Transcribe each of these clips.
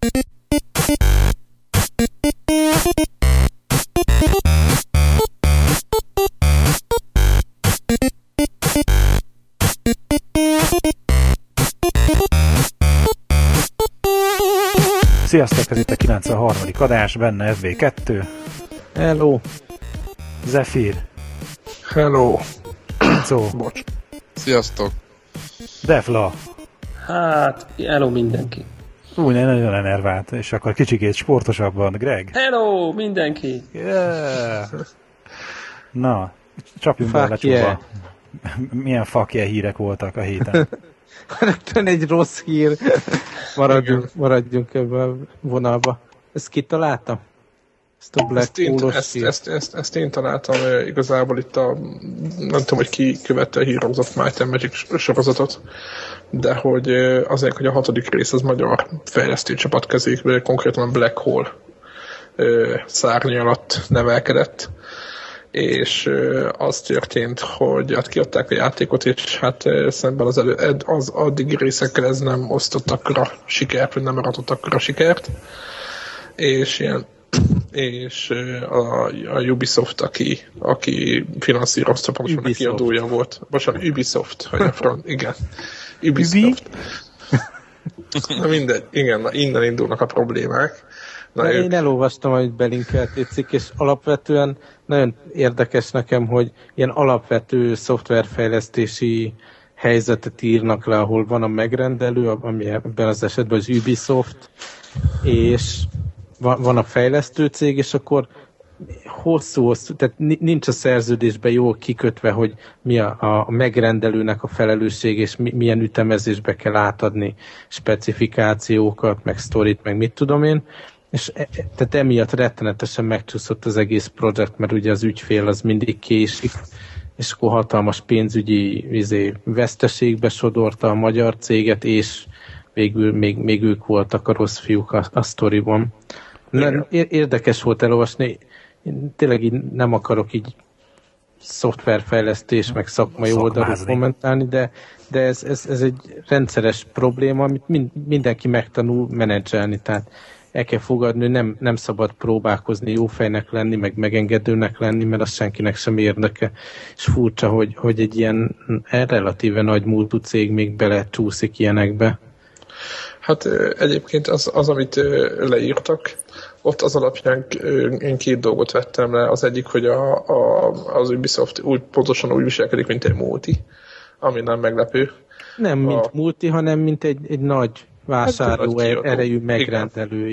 Sziasztok, ez itt a 93. adás, benne FB2. Hello. Zephyr. Hello. Zó. Bocs. Sziasztok. Defla. Hát, hello mindenki. Úgy, nagyon enervált, és akkor kicsikét sportosabban, Greg. Hello mindenki. Yeah. Na, csapjunk be a lecsóba. Milyen fuck yeah hírek voltak a héten. Rögtön egy rossz hír. Maradjunk ebben a vonalba. Ezt kitaláltam? Ezt a Black Hole-os hír? Ezt én találtam igazából itt nem tudom, hogy ki követte a Heroes of Might and Magic sorozatot, de hogy azért, hogy a 6. rész az magyar fejlesztőcsapat kezékből, konkrétan a Black Hole szárny alatt nevelkedett, és az történt, hogy hát kiadták a játékot, és hát szemben az addigi részekkel ez nem osztott akkora sikert, vagy nem aratott akkora sikert, és a Ubisoft, aki finanszírozta, pontosan a kiadója volt. Bocsánat, Ubisoft, hogy a front, igen. Ubisoft. Na mindegy, igen, na innen indulnak a problémák. Én elolvastam, hogy belinkelt egy cikk, és alapvetően nagyon érdekes nekem, hogy ilyen alapvető szoftverfejlesztési helyzetet írnak le, ahol van a megrendelő, ami ebben az esetben az Ubisoft, és van a fejlesztő cég, és akkor hosszú, tehát nincs a szerződésben jól kikötve, hogy mi a megrendelőnek a felelősség, és milyen ütemezésbe kell átadni specifikációkat, meg sztorit, meg mit tudom én, és tehát emiatt rettenetesen megcsúszott az egész projekt, mert ugye az ügyfél az mindig késik, és akkor hatalmas pénzügyi veszteségbe sodorta a magyar céget, és végül még ők voltak a rossz fiúk a sztoriban. Érdekes volt elolvasni, én tényleg így nem akarok így szoftverfejlesztés, meg szakmai oldalról kommentálni, de ez egy rendszeres probléma, amit mindenki megtanul menedzselni, tehát el kell fogadni, hogy nem szabad próbálkozni jófejnek lenni, meg megengedőnek lenni, mert az senkinek sem érdeke. És furcsa, hogy egy ilyen relatíve nagy múltú cég még belecsúszik ilyenekbe. Hát egyébként az amit leírtak, ott az alapján én 2 dolgot vettem le. Az egyik, hogy az Ubisoft pontosan úgy viselkedik, mint egy multi, ami nem meglepő. Nem mint multi, hanem mint egy nagy vásárló erejű megrendelő,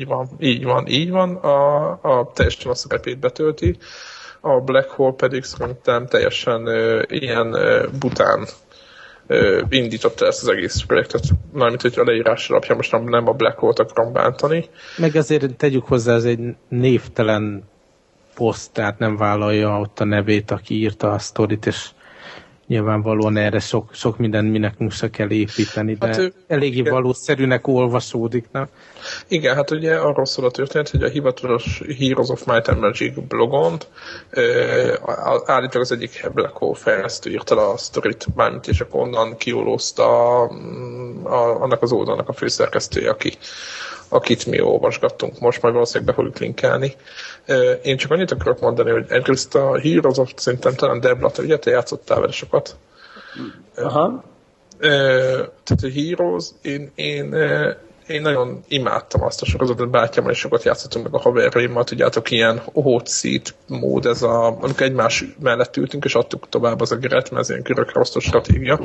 így van. A teljesen a szerepét betölti, a Black Hole pedig szerintem teljesen ilyen bután indította ezt az egész projektet. Mármint, hogy a leírás alapján most nem a Black Hole-t akarom bántani. Meg azért tegyük hozzá, ez egy névtelen poszt, tehát nem vállalja ott a nevét, aki írta a sztorit, és nyilvánvalóan erre sok minek se kell építeni, de hát eléggé valószerűnek olvasódik, nem? Igen, hát ugye arról szól a történet, hogy a hivatalos Heroes of Might and Magic blogon állítólag az egyik Black Hole fejlesztő írta a sztorit, mármint, és akkor onnan kiolózta annak az oldalnak a főszerkesztője, akit mi olvasgattunk. Most majd valószínűleg be fogjuk linkelni. Én csak annyit akarok mondani, hogy egyrészt a Heroes of szerintem talán Debla, ugye te játszottál vele sokat? Aha. Tehát a Heroes, én nagyon imádtam azt a sorozatot, bátyámmal is sokat játszottunk meg a haverjaimmal, tudjátok, ilyen hot seat mód, amikor egymás mellett ültünk, és adtuk tovább az egeret, mert ez ilyen körökre osztó stratégia.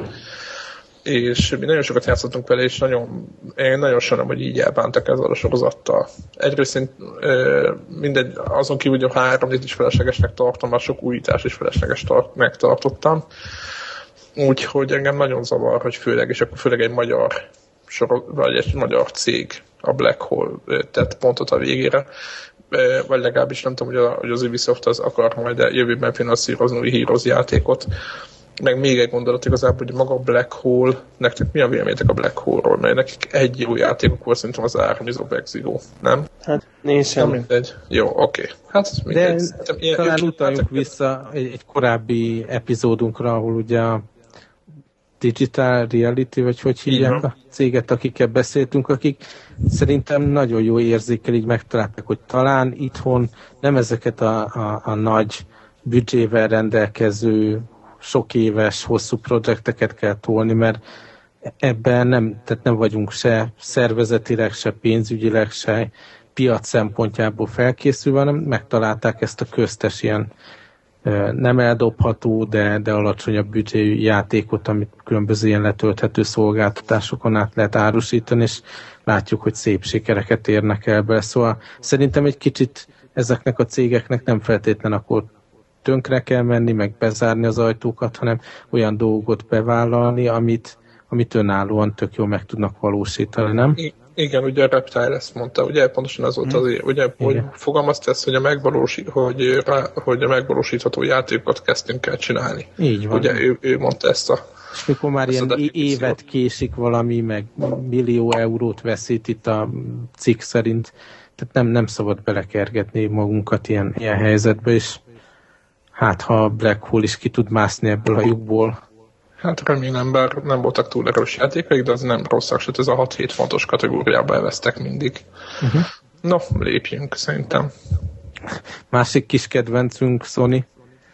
És mi nagyon sokat játszottunk vele, és én nagyon sajnálom, hogy így elbántak ezzel a sorozattal. Egyrészt én mindegy, azon kívül, hogy a 3 is feleslegesnek tartom, már sok újítás is feleslegesnek tartottam. Úgyhogy engem nagyon zavar, hogy főleg egy magyar vagy egy magyar cég, a Black Hole tett pontot a végére, vagy legalábbis nem tudom, hogy az Ubisoft az akar majd jövőben finanszírozni új Heroes játékot. Meg még egy gondolat igazából, hogy maga a Black Hole, nektek mi a véleményetek a Black Hole-ról? Mert nekik egy jó játékok volt, szerintem az Armies of Exile, nem? Hát én sem. Mindegy. Jó, oké. Hát mindegy. De talán utaljunk vissza egy korábbi epizódunkra, ahol ugye Digital Reality, vagy hogy hívják a céget, akikkel beszéltünk, akik szerintem nagyon jó érzékel, így megtalálták, hogy talán itthon nem ezeket a nagy büdzsével rendelkező, sok éves, hosszú projekteket kell tolni, mert ebben nem vagyunk se szervezetileg, se pénzügyileg, se piac szempontjából felkészülve, hanem megtalálták ezt a köztes ilyen nem eldobható, de alacsonyabb büdzséjű játékot, amit különböző ilyen letölthető szolgáltatásokon át lehet árusítani, és látjuk, hogy szép sikereket érnek el be. Szóval szerintem egy kicsit ezeknek a cégeknek nem feltétlen akkor tönkre kell menni, meg bezárni az ajtókat, hanem olyan dolgot bevállalni, amit önállóan tök jól meg tudnak valósítani, nem? Igen, ugye a Reptile ezt mondta, ugye pontosan az volt azért, ugye, hogy fogalmazta ezt, hogy a megvalósítható játékokat kezdtünk el csinálni. Így van. Ugye ő mondta ezt a... És mikor már ilyen évet késik valami, meg millió eurót veszít itt a cikk szerint, tehát nem szabad belekergetni magunkat ilyen helyzetbe, és hát ha a Black Hole is ki tud mászni ebből a lyukból. Hát remélem, bár nem voltak túl erős játékaik, de az nem rosszak, sőt ez a 6-7 fontos kategóriába elvesztek mindig. No, lépjünk szerintem. Másik kis kedvencünk, Sony.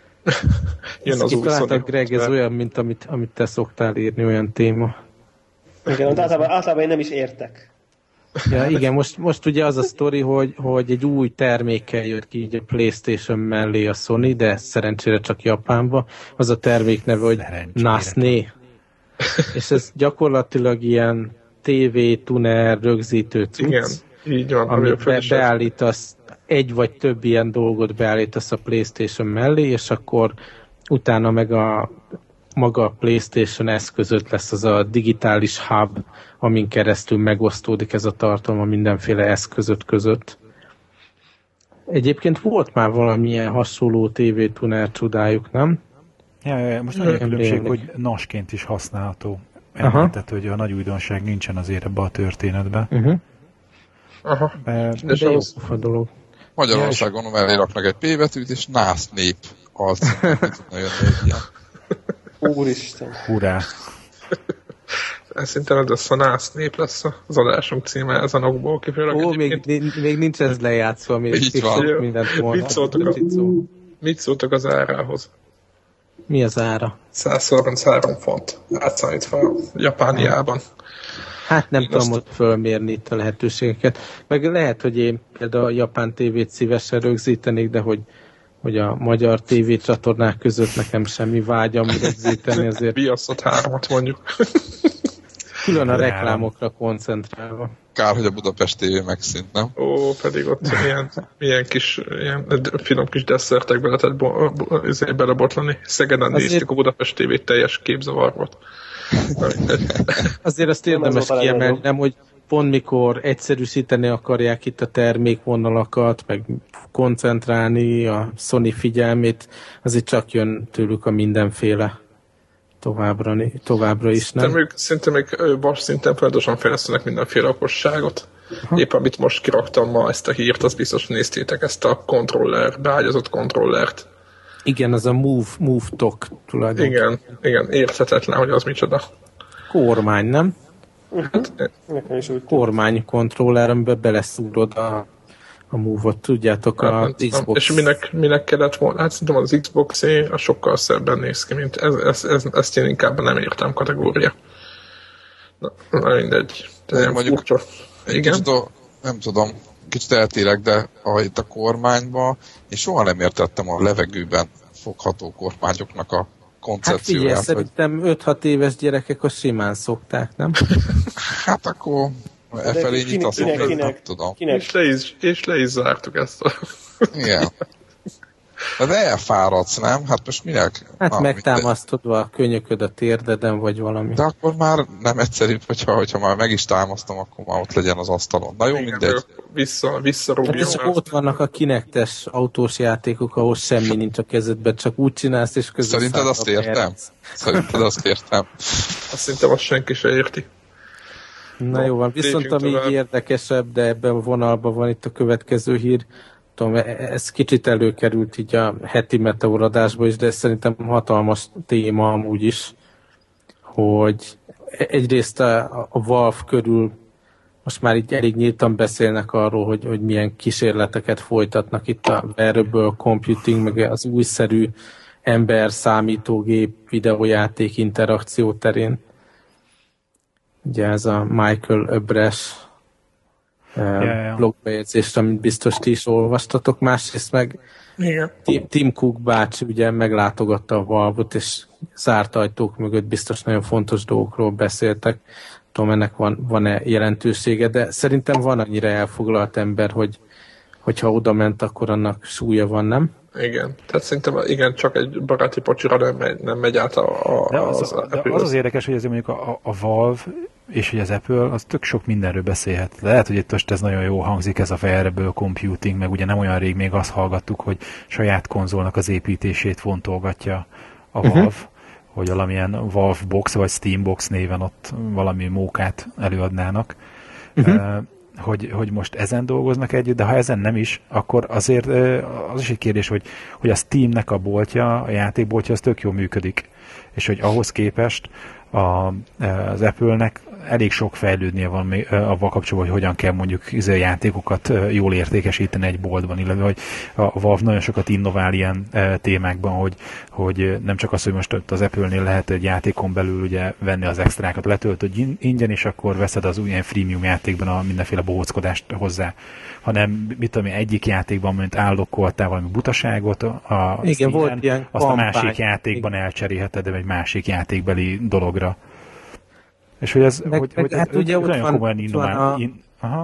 Jön az új Sony. Greg, ez olyan, mint amit te szoktál írni, olyan téma. Igen, általában én nem is értek. Ja, igen, most ugye az a sztori, hogy egy új termékkel jött ki így a PlayStation mellé a Sony, de szerencsére csak Japánba. Az a termék neve, hogy NASNE. És ez gyakorlatilag ilyen TV, tuner, rögzítő cucc. Igen, így van. Amit beállítasz, egy vagy több ilyen dolgot beállítasz a PlayStation mellé, és akkor utána meg maga a PlayStation eszközött lesz az a digitális hub, amin keresztül megosztódik ez a tartalma mindenféle eszközött között. Egyébként volt már valamilyen hasonló TV-tuner csodájuk, nem? Ja, most annyi a különbség, hogy NAS-ként is használható. Tehát, hogy a nagy újdonság nincsen azért ebbe a történetbe. Aha. De jó a dolog. Magyarországon mellé raknak egy P betűt, és NASZ nép az. Tudna jönni egy ilyen. Úristen. Hurrá. Szerintem ez a NASZ nép lesz az adásunk címe ezen okból kifejezőleg. Még nincs ez lejátszva, még sok mindent mondhat. Mit szóltak az árához? Mi az ára? 133 font átszállítva Japániában. Hát nem tudom ott fölmérni itt a lehetőségeket. Meg lehet, hogy én például a japán tévét szívesen rögzítenék, de hogy a magyar tévécsatornák között nekem semmi vágyam rögzíteni, azért... Biaszot 3-at mondjuk. Külön a reklámokra koncentrálva. Kár, hogy a Budapest TV megszűnt, nem? Ó, pedig ott ilyen finom kis desszertek lehetett belebotlani. Szegeden néztük a Budapest TV-t, teljes képzavar volt. Azért azt érdemes kiemelni, nem, hogy pont mikor egyszerűsíteni akarják itt a termékvonalakat, meg koncentrálni a Sony figyelmét, azért csak jön tőlük a mindenféle továbbra is, nem? Szerintem még vas szinten folyamatosan fejlesztenek mindenféle okosságot. Épp amit most kiraktam ma ezt a hírt, azt biztos néztétek, ezt a beágyazott kontrollert. Igen, az a Move Talk tulajdonképpen. Igen, érthetetlen, hogy az micsoda. Kormány, nem? Kormány kontroller, amiben beleszúrod a Move-ot, tudjátok, a Xbox. És minek kellett volna? Hát szerintem az Xbox-é a sokkal szebben néz ki, mint ezt én inkább nem értem kategória. Na mindegy. Mondjuk, igen? Nem tudom, kicsit eltérek, de itt a kormányban én soha nem értettem a levegőben fogható kormányoknak a koncepcióját. Hát figyelj, szerintem 5-6 éves gyerekek a simán szokták, nem? Hát akkor felé nyitaszok, nem tudom. És le is zártuk ezt. Igen. De elfáradsz, nem? Hát most minek? Hát megtámasztodva a könyököd a térdeden, vagy valami. De akkor már nem egyszerűbb, hogyha már meg is támasztom, akkor már ott legyen az asztalon. Na jó, mindegy. Visszarúgjon. Hát csak ott vannak a kinektes autós játékok, ahol semmi nincs a kezedben, csak úgy csinálsz, és közben Szerinted azt értem? Azt szerintem azt senki se érti. Na jó van, viszont ami így érdekesebb, de ebben a vonalban van itt a következő hír. Tudom, ez kicsit előkerült így a heti meteoradásba is, de szerintem hatalmas téma amúgy is, hogy egyrészt a Valve körül most már így elég nyíltan beszélnek arról, hogy milyen kísérleteket folytatnak itt a wearable computing, meg az újszerű ember-számítógép videójáték interakció terén. Ugye ez a Michael Öbres blogbejegyzést, amit biztos ti is olvastatok. Másrészt meg Tim Cook bácsi ugye meglátogatta a Valve-ot, és zárt ajtók mögött biztos nagyon fontos dolgokról beszéltek. Tudom, ennek van-e jelentősége, de szerintem van annyira elfoglalt ember, hogyha oda ment, akkor annak súlya van, nem? Igen, tehát szerintem igen, csak egy baráti pocsira nem megy át az Apple. Az érdekes, hogy azért mondjuk a Valve és hogy az Apple, az tök sok mindenről beszélhet. Lehet, hogy itt most ez nagyon jó hangzik, ez a wearable computing, meg ugye nem olyan rég még azt hallgattuk, hogy saját konzolnak az építését fontolgatja a Valve, hogy valamilyen Valve Box vagy Steam Box néven ott valami mókát előadnának. Hogy most ezen dolgoznak együtt, de ha ezen nem is, akkor azért az is egy kérdés, hogy a Steamnek a boltja, a játékboltja, az tök jól működik. És hogy ahhoz képest az Apple-nek elég sok fejlődnie van avval kapcsolatban, hogy hogyan kell mondjuk játékokat jól értékesíteni egy boltban, illetve hogy a Valve nagyon sokat innovál ilyen témákban, hogy nem csak az, hogy most az Apple-nél lehet egy játékon belül ugye venni az extrákat, letöltöd ingyen, és akkor veszed az ilyen freemium játékban a mindenféle bohóckodást hozzá, hanem mit tudom, egyik játékban mint állokkoltál valami butaságot igen, volt ilyen azt a másik játékban elcserélheted egy másik játékbeli dologra. És hogy ez hát ugye ott van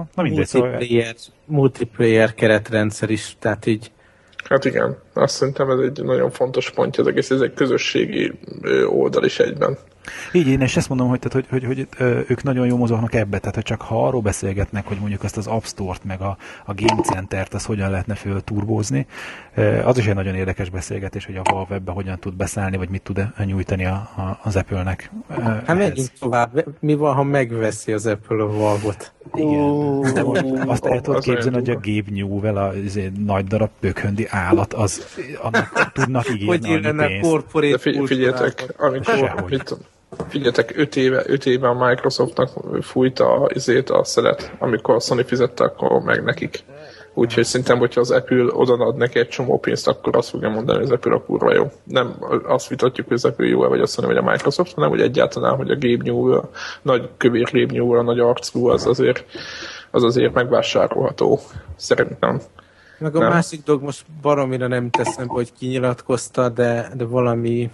a multiplayer keretrendszer is, tehát így. Hát igen, azt szerintem ez egy nagyon fontos pontja az egész, ez egy közösségi oldal is egyben. Így én és ezt mondom, hogy ők nagyon jól mozognak ebbe, tehát hogy csak ha arról beszélgetnek, hogy mondjuk azt az App Store-t, meg a Game Center-t, az hogyan lehetne fölturbózni, az is egy nagyon érdekes beszélgetés, hogy a Valve ebbe hogyan tud beszállni, vagy mit tud nyújtani az Apple-nek. Hát menjünk tovább. Mi van, ha megveszi az Apple a Valve-ot? Igen. De azt el tudod képzelni, hogy a Gabe Newell, a nagy darab pökhöndi állat, az annak tudnak ígérni annyi pénzt. Figyeljetek, amikor figyeljetek, 5 éve a Microsoftnak fújta a szelet, amikor a Sony fizette, akkor meg nekik. Úgyhogy szerintem, hogyha az Apple odaad neki egy csomó pénzt, akkor azt fogja mondani, hogy az Apple a kurva jó. Nem azt vitatjuk, hogy az Apple jó, vagy a Sony, vagy a Microsoft, hanem hogy egyáltalán, hogy a Gabe Newell, a nagy kövér Gabe Newell, a nagy arcú, az azért megvásárolható. Szerintem. Meg a másik dolog, most baromira nem teszem, hogy kinyilatkozta, de valami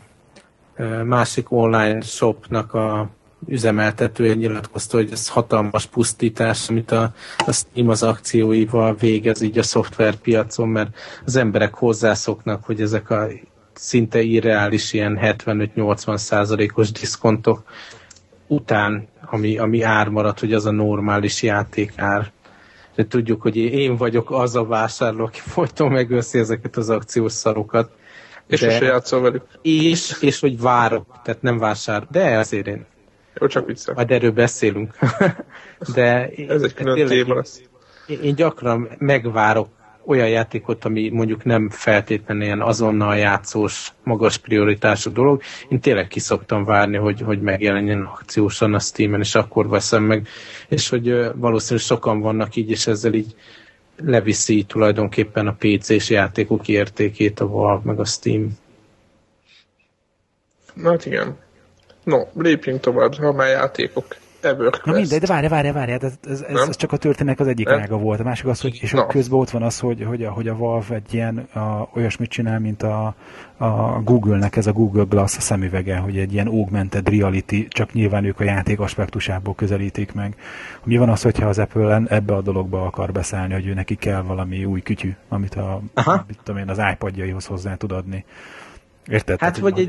másik online shopnak a üzemeltetője nyilatkozta, hogy ez hatalmas pusztítás, amit a Steam az akcióival végez így a szoftverpiacon, mert az emberek hozzászoknak, hogy ezek a szinte irreális ilyen 75-80%-os diszkontok után, ami ár marad, hogy az a normális játékár. De tudjuk, hogy én vagyok az a vásárló, aki folyton megveszi ezeket az akciós szarokat. És se játszol velük. És hogy várok, tehát nem vásárol. De azért én. Jó, csak viccel. Majd erről beszélünk. De ez egy külön téma lesz. Én gyakran megvárok olyan játékot, ami mondjuk nem feltétlenül ilyen azonnal játszós, magas prioritású dolog. Én tényleg ki szoktam várni, hogy megjelenjen akciósan a Steamen, és akkor veszem meg. És hogy valószínűleg sokan vannak így, és ezzel így leviszi tulajdonképpen a PC-s játékok értékét a Valve meg a Steam. Na hát igen. No, lépjünk tovább, ha már játékok. EverQuest. Na mindegy, de várj, ez csak a történetnek az egyik ága volt. A másik az, hogy és közben ott van az, hogy a Valve egy ilyen olyasmit csinál, mint a Google-nek ez a Google Glass a szemüvege, hogy egy ilyen augmented reality, csak nyilván ők a játék aspektusából közelítik meg. Mi van az, hogyha az Apple ebbe a dologba akar beszállni, hogy ő neki kell valami új kütyű, amit az iPadjaihoz hozzá tud adni. Érted? Hát vagy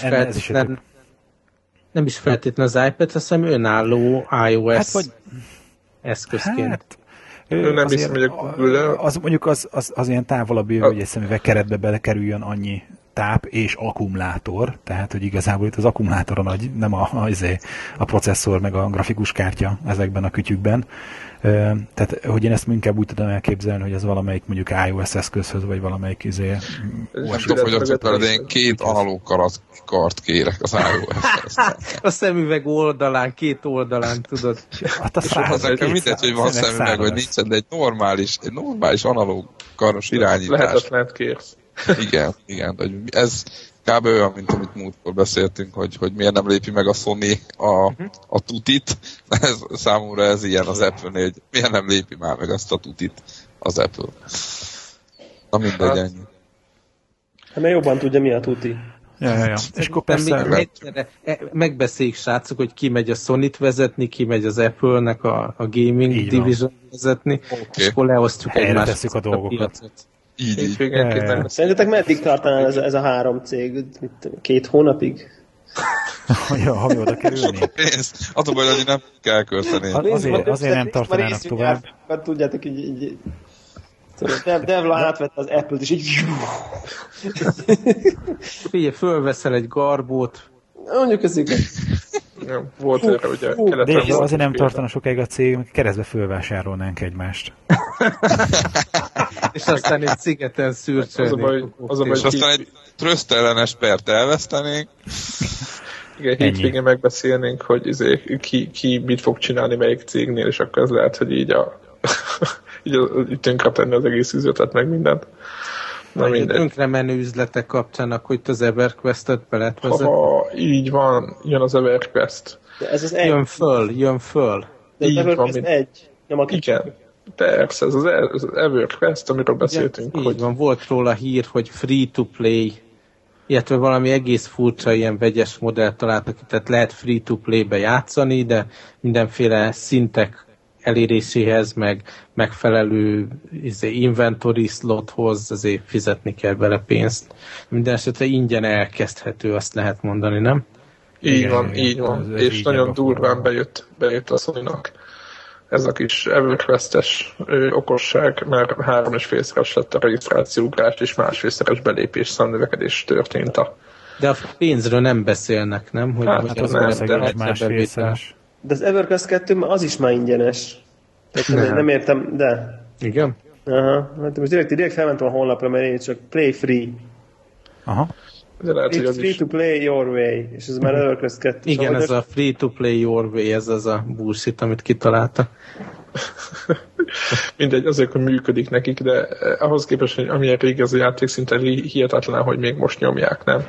nem is feltétlenül az iPad, hiszem önálló iOS eszközként. Hát, ő nem hiszem, hogy a Google-el. Az mondjuk az ilyen távolabb jövő, hogy egy szemüveg keretbe belekerüljön annyi táp és akkumulátor, tehát hogy igazából itt az akkumulátor a nagy, nem a processzor meg a grafikus kártya ezekben a kütyükben. Tehát, hogy én ezt inkább úgy tudom elképzelni, hogy ez valamelyik mondjuk iOS eszközhöz, vagy valamelyik nem tudom, hogy azt mondod, én 2 analóg kart kérek az iOS-hez. A szemüveg oldalán, 2 oldalán, tudod. Hát az nekem mindegy, hogy van szemüveg, vagy nincsen, de egy normális analóg karos irányítás. Lehetetlen kérsz. Igen. Ez kb. Olyan, mint amit múltkor beszéltünk, hogy miért nem lépi meg a Sony a tutit. Számomra ez ilyen az Apple-nél, hogy miért nem lépi már meg azt a tutit az Apple. Na mindegy, ennyi. Hát mert jobban tudja, mi a tuti. Ja. És akkor persze... Megbeszéljük, srácok, hogy ki megy a Sony-t vezetni, ki megy az Apple-nek a gaming így division vezetni, és akkor leosztjuk egymást a dolgokat. Így. Szerintetek meddig tartaná ez a 3 cég? 2 hónapig? Ja, ha mi oda kerülni. Pénz. Az a baj, hogy nem kell költeni. Azért nem tartanának tovább. Tudjátok, így Devla átvette az Apple-t, és így... Figyelj, fölveszel egy garbót. Mondjuk ez igaz. Volt erre, ugye de azért nem tartana sokáig a cég, keresztbe fölvásárolnánk egymást. És aztán egy szigeten szürcsölnék. És aztán egy trösztellenes pert elvesztenénk. Igen, hétvégén megbeszélnénk, hogy ki mit fog csinálni melyik cégnél, és akkor ez lehet, hogy így így tönkre tenni az egész üzletet, meg mindent. Na mindegy. Tönkre menő üzletek kapcsán, akkor itt az EverQuest-et be lehet vezetni. Így van, jön az EverQuest. De ez az egy. Jön föl. De az EverQuest egy. Nem a igen, persze, ez az EverQuest, amiről beszéltünk. Ja, így van, volt róla hír, hogy free-to-play, illetve valami egész furcsa ilyen vegyes modellt találtak, tehát lehet free-to-play-be játszani, de mindenféle szintek eléréséhez, meg megfelelő inventory slothoz azért fizetni kell vele pénzt. Minden esetre ingyen elkezdhető, azt lehet mondani, nem? Így van. És nagyon durván bejött a Sony-nak ez a kis EverQuest-es okosság, mert 3,5-szeres lett a regisztrációugrás, és 1,5-szeres belépés számnövekedés történt. De a pénzről nem beszélnek, nem? Hogy hát az országos 1,5-szeres. De az EverQuest 2 az is már ingyenes. Nem értem, de... Igen? Aha, hát most direkt felmentem a honlapra, mert én csak play free. Aha. De lehet, It's free to play your way, és ez már EverQuest 2. Igen, ez a free to play your way, ez az a bullshit, amit kitalálta. Mindegy, azért, hogy működik nekik, de ahhoz képest, hogy amilyen régi ez a játék, szinte hihetetlen, hogy még most nyomják, nem?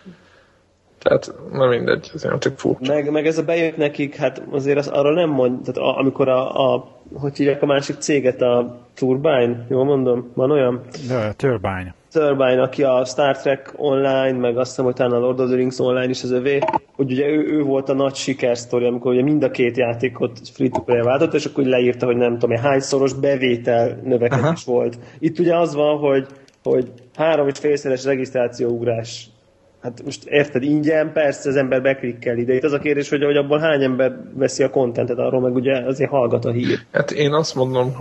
Tehát, na mindegy, ez olyan tök furcsa. Meg ez a bejött nekik, hát azért arra nem mond, tehát amikor hogy hívják a másik céget, a Turbine, jól mondom? Van olyan? Turbine, aki a Star Trek Online, meg azt hiszem, hogy talán a Lord of the Rings Online is az övé, hogy ugye ő volt a nagy sikersztori, amikor ugye mind a 2 játékot free-to-play-re váltott, és akkor leírta, hogy nem tudom, hányszoros bevétel növekedés volt. Itt ugye az van, hogy 3,5-szeres regisztrációugrás. Hát most érted, ingyen, persze az ember beklikkel ide. Itt az a kérdés, hogy abból hány ember veszi a kontentet, arról meg ugye azért hallgat a hír. Hát én azt mondom,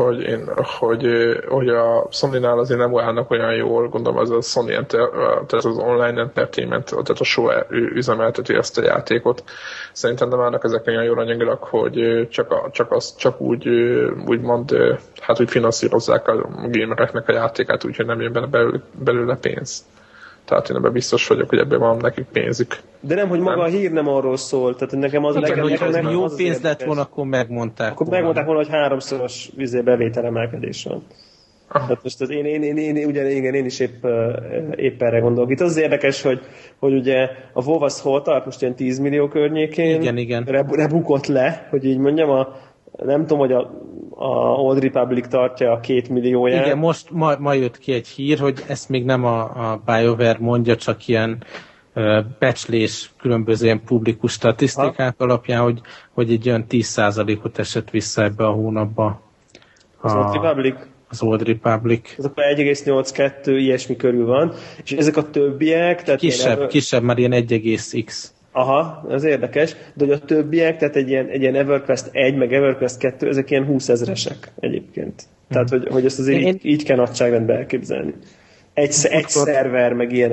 hogy a Sony-nál azért nem állnak olyan jól, gondolom az a Sony, tehát az online entertainment, tehát a show üzemelteti ezt a játékot. Szerintem nem állnak ezek olyan jól anyagilag, hogy csak úgymond hát úgy finanszírozzák a gamereknek a játékát, úgyhogy nem jön belőle pénz. Tehát én ebben biztos vagyok, hogy ebben van nekik pénzük. De nem, hogy maga a hír nem arról szól. Tehát nekem az nekem jó pénz lett volna, akkor megmondták. Akkor megmondták volna, hogy 3-szoros bevételemelkedés van. Tehát most én is épp erre gondolok. Itt az érdekes, hogy ugye a WoW az hol tart, most ilyen 10 millió környékén. Igen. Rebukott le, hogy így mondjam, nem tudom, hogy a Old Republic tartja a 2 millióját. Igen, most ma jött ki egy hír, hogy ezt még nem a BioWare mondja, csak ilyen becslés különböző ilyen publikus statisztikák alapján, hogy egy olyan 10%-ot esett vissza ebbe a hónapba. Az Old Republic? Az Old Republic. Ez akkor 1,82 ilyesmi körül van, és ezek a többiek... Tehát kisebb, már ilyen 1,x. Aha, ez érdekes, de hogy a többiek, tehát egy ilyen EverQuest 1, meg EverQuest 2, ezek ilyen 20 000-esek egyébként. Tehát, hogy ezt azért így kell nagyságrendben elképzelni. Egy szerver, meg ilyenek.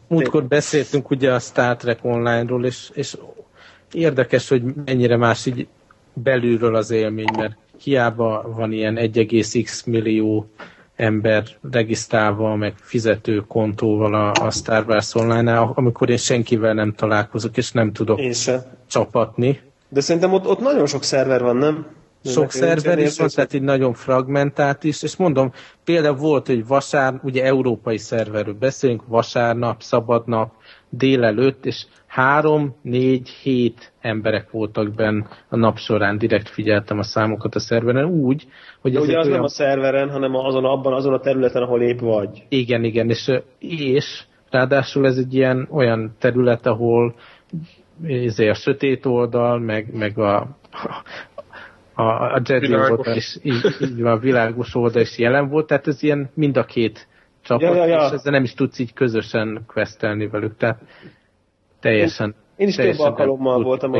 Múltkor beszéltünk ugye a Star Trek Online-ról, és érdekes, hogy mennyire más így belülről az élmény, mert hiába van ilyen 1,x millió ember regisztrálva, meg fizető kontóval a Star Wars Online-nál, amikor én senkivel nem találkozok, és nem tudok csapatni. De szerintem ott nagyon sok szerver van, nem? Sok szerver is van, tehát így nagyon fragmentált is, és mondom, például volt, hogy ugye európai szerverről beszélünk, vasárnap, szabadnap, délelőtt, és 3-4-7 emberek voltak benn a nap során, direkt figyeltem a számokat a szerveren úgy, hogy... De ugye az olyan... nem a szerveren, hanem azon a területen, ahol épp vagy. Igen, és ráadásul ez egy olyan terület, ahol a sötét oldal, meg a Jedi oldal is, így van, a világos oldal is jelen volt, tehát ez ilyen mind a két csapat, és ezzel nem is tudsz így közösen questelni velük, tehát teljesen... Én is több alkalommal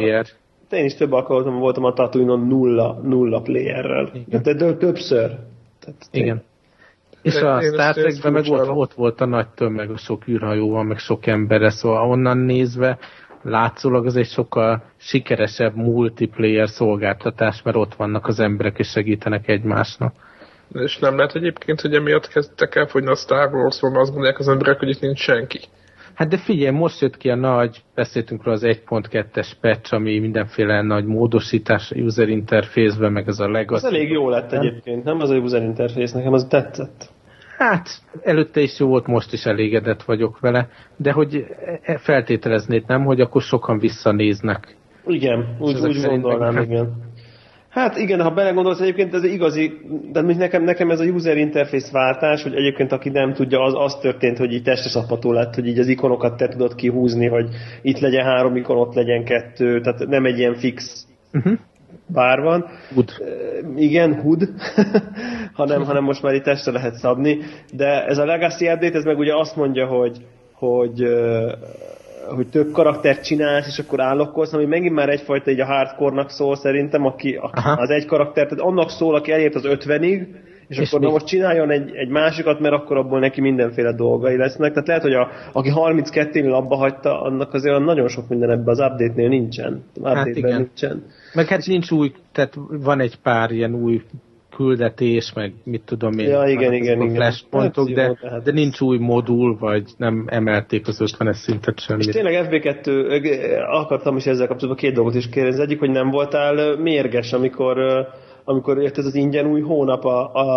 voltam a Tatooine-on nulla playerrel. De többször. Igen. És a Star Trekben meg ott volt a nagy tömeg, a sok űrhajóval, meg sok emberre, szóval onnan nézve látszólag az egy sokkal sikeresebb multiplayer szolgáltatás, mert ott vannak az emberek és segítenek egymásnak. És nem lehet egyébként, hogy emiatt kezdtek el fogyni a Star Wars-on, azt gondolják az emberek, hogy itt nincs senki. Hát de figyelj, most jött ki beszéltünk róla az 1.2-es patch, ami mindenféle nagy módosítás a user interface-ben, meg ez a legacy. Ez elég jó lett egyébként, nem az a user interface, nekem az tetszett. Hát, előtte is jó volt, most is elégedett vagyok vele, de hogy feltételeznéd nem, hogy akkor sokan visszanéznek. Igen, úgy gondolnám, igen. Hát igen, ha belegondolsz, egyébként ez igazi, de nekem ez a user interface váltás, hogy egyébként aki nem tudja, az történt, hogy így testre szabható lett, hogy így az ikonokat te tudod kihúzni, hogy itt legyen 3 ikon, ott legyen 2, tehát nem egy ilyen fix bár van. HUD. Igen, HUD, hanem most már itt testre lehet szabni, de ez a Legacy update, ez meg ugye azt mondja, hogy több karaktert csinálsz, és akkor állokkolsz, ami megint már egyfajta így a hardcore-nak szól szerintem, aki az egy karakter, tehát annak szól, aki elért az 50-ig, és akkor na most csináljon egy másikat, mert akkor abból neki mindenféle dolgai lesznek. Tehát lehet, hogy aki 32-nél abba hagyta, annak azért nagyon sok minden ebben az update-nél nincsen. Hát igen. Nincsen. Meg hát nincs új, tehát van egy pár ilyen új küldetés, meg mit tudom én, igen. flashpontok, de nincs új modul, vagy nem emelték az 50-es szintet semmit. És tényleg FB2, akartam is ezzel kapcsolatban 2 dolgot is kérdezni. Az egyik, hogy nem voltál mérges, amikor jött ez az ingyen új hónap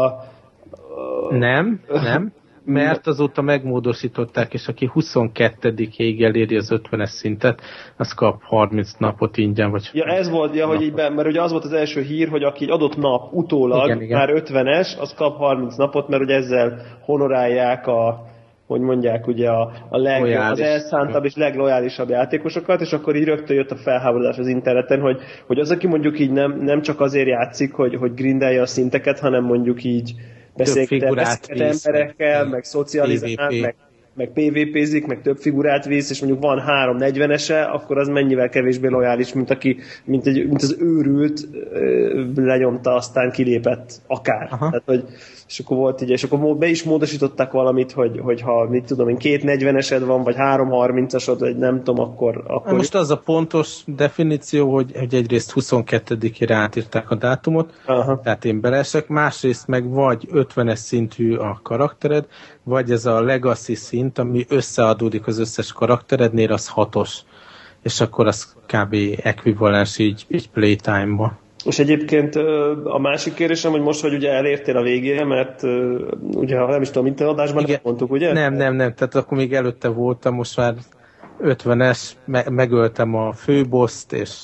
Nem, mert azóta megmódosították, és aki 22-ig eléri az 50-es szintet, az kap 30 napot ingyen, vagy... Ja, ez volt, hogy így mert ugye az volt az első hír, hogy aki adott nap utólag igen. Már 50-es, az kap 30 napot, mert ugye ezzel honorálják hogy mondják, ugye az elszántabb és leglojálisabb játékosokat, és akkor így rögtön jött a felháborodás az interneten, hogy az, aki mondjuk így nem csak azért játszik, hogy grindelje a szinteket, hanem mondjuk így beszélget emberekkel, meg szocializál, meg PvP-zik, meg több figurát visz, és mondjuk van 3-40-ese, akkor az mennyivel kevésbé lojális, mint az őrült lenyomta, aztán kilépett akár. Tehát, és akkor volt így, és akkor be is módosították valamit, hogy ha mit tudom én, 2 40-esed van, vagy 3 30-asod, vagy nem tudom, akkor... Most az a pontos definíció, hogy egyrészt 22-ére átírták a dátumot, tehát én beleesek, másrészt meg vagy 50-es szintű a karaktered, vagy ez a legacy szint, ami összeadódik az összes karakterednél, az 6-os. És akkor az kb. Ekvivalens így playtime-ba. És egyébként a másik kérdésem, hogy most, hogy ugye elértél a végére, mert ugye, nem is tudom, mint adásban nem mondtuk, ugye? Nem, tehát akkor még előtte voltam, most már 50-es, megöltem a főboszt, és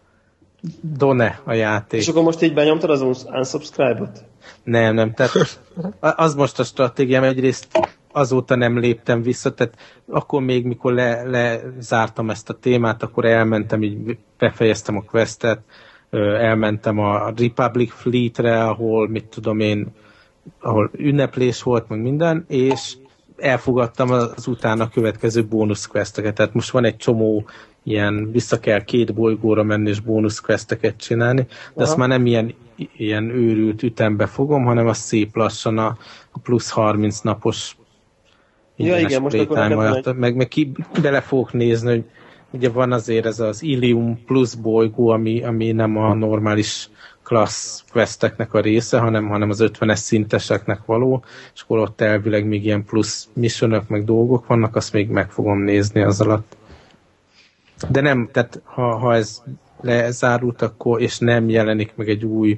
Done a játék. És akkor most így benyomtad az unsubscribe-ot? Nem, tehát az most a stratégiám, egyrészt azóta nem léptem vissza, tehát akkor még, mikor lezártam ezt a témát, akkor elmentem, így befejeztem a questet, elmentem a Republic Fleetre, ahol, mit tudom én, ahol ünneplés volt, meg minden, és elfogadtam az utána következő bónuszquesteket. Tehát most van egy csomó ilyen, vissza kell 2 bolygóra menni és bónuszquesteket csinálni, de azt már nem ilyen őrült ütembe fogom, hanem azt szép lassan a plusz 30 napos igen, most akkor meg bele fogok nézni, hogy ugye van azért ez az Ilium plusz bolygó, ami nem a normális klassz questeknek a része, hanem az 50-es szinteseknek való, és akkor ott elvileg még ilyen plusz missionök meg dolgok vannak, azt még meg fogom nézni az alatt. De nem, tehát ha ez lezárult, akkor, és nem jelenik meg egy új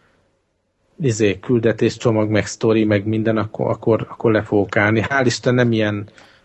küldetés, csomag, meg sztori, meg minden, akkor le fogok állni. Hál' Isten nem ilyen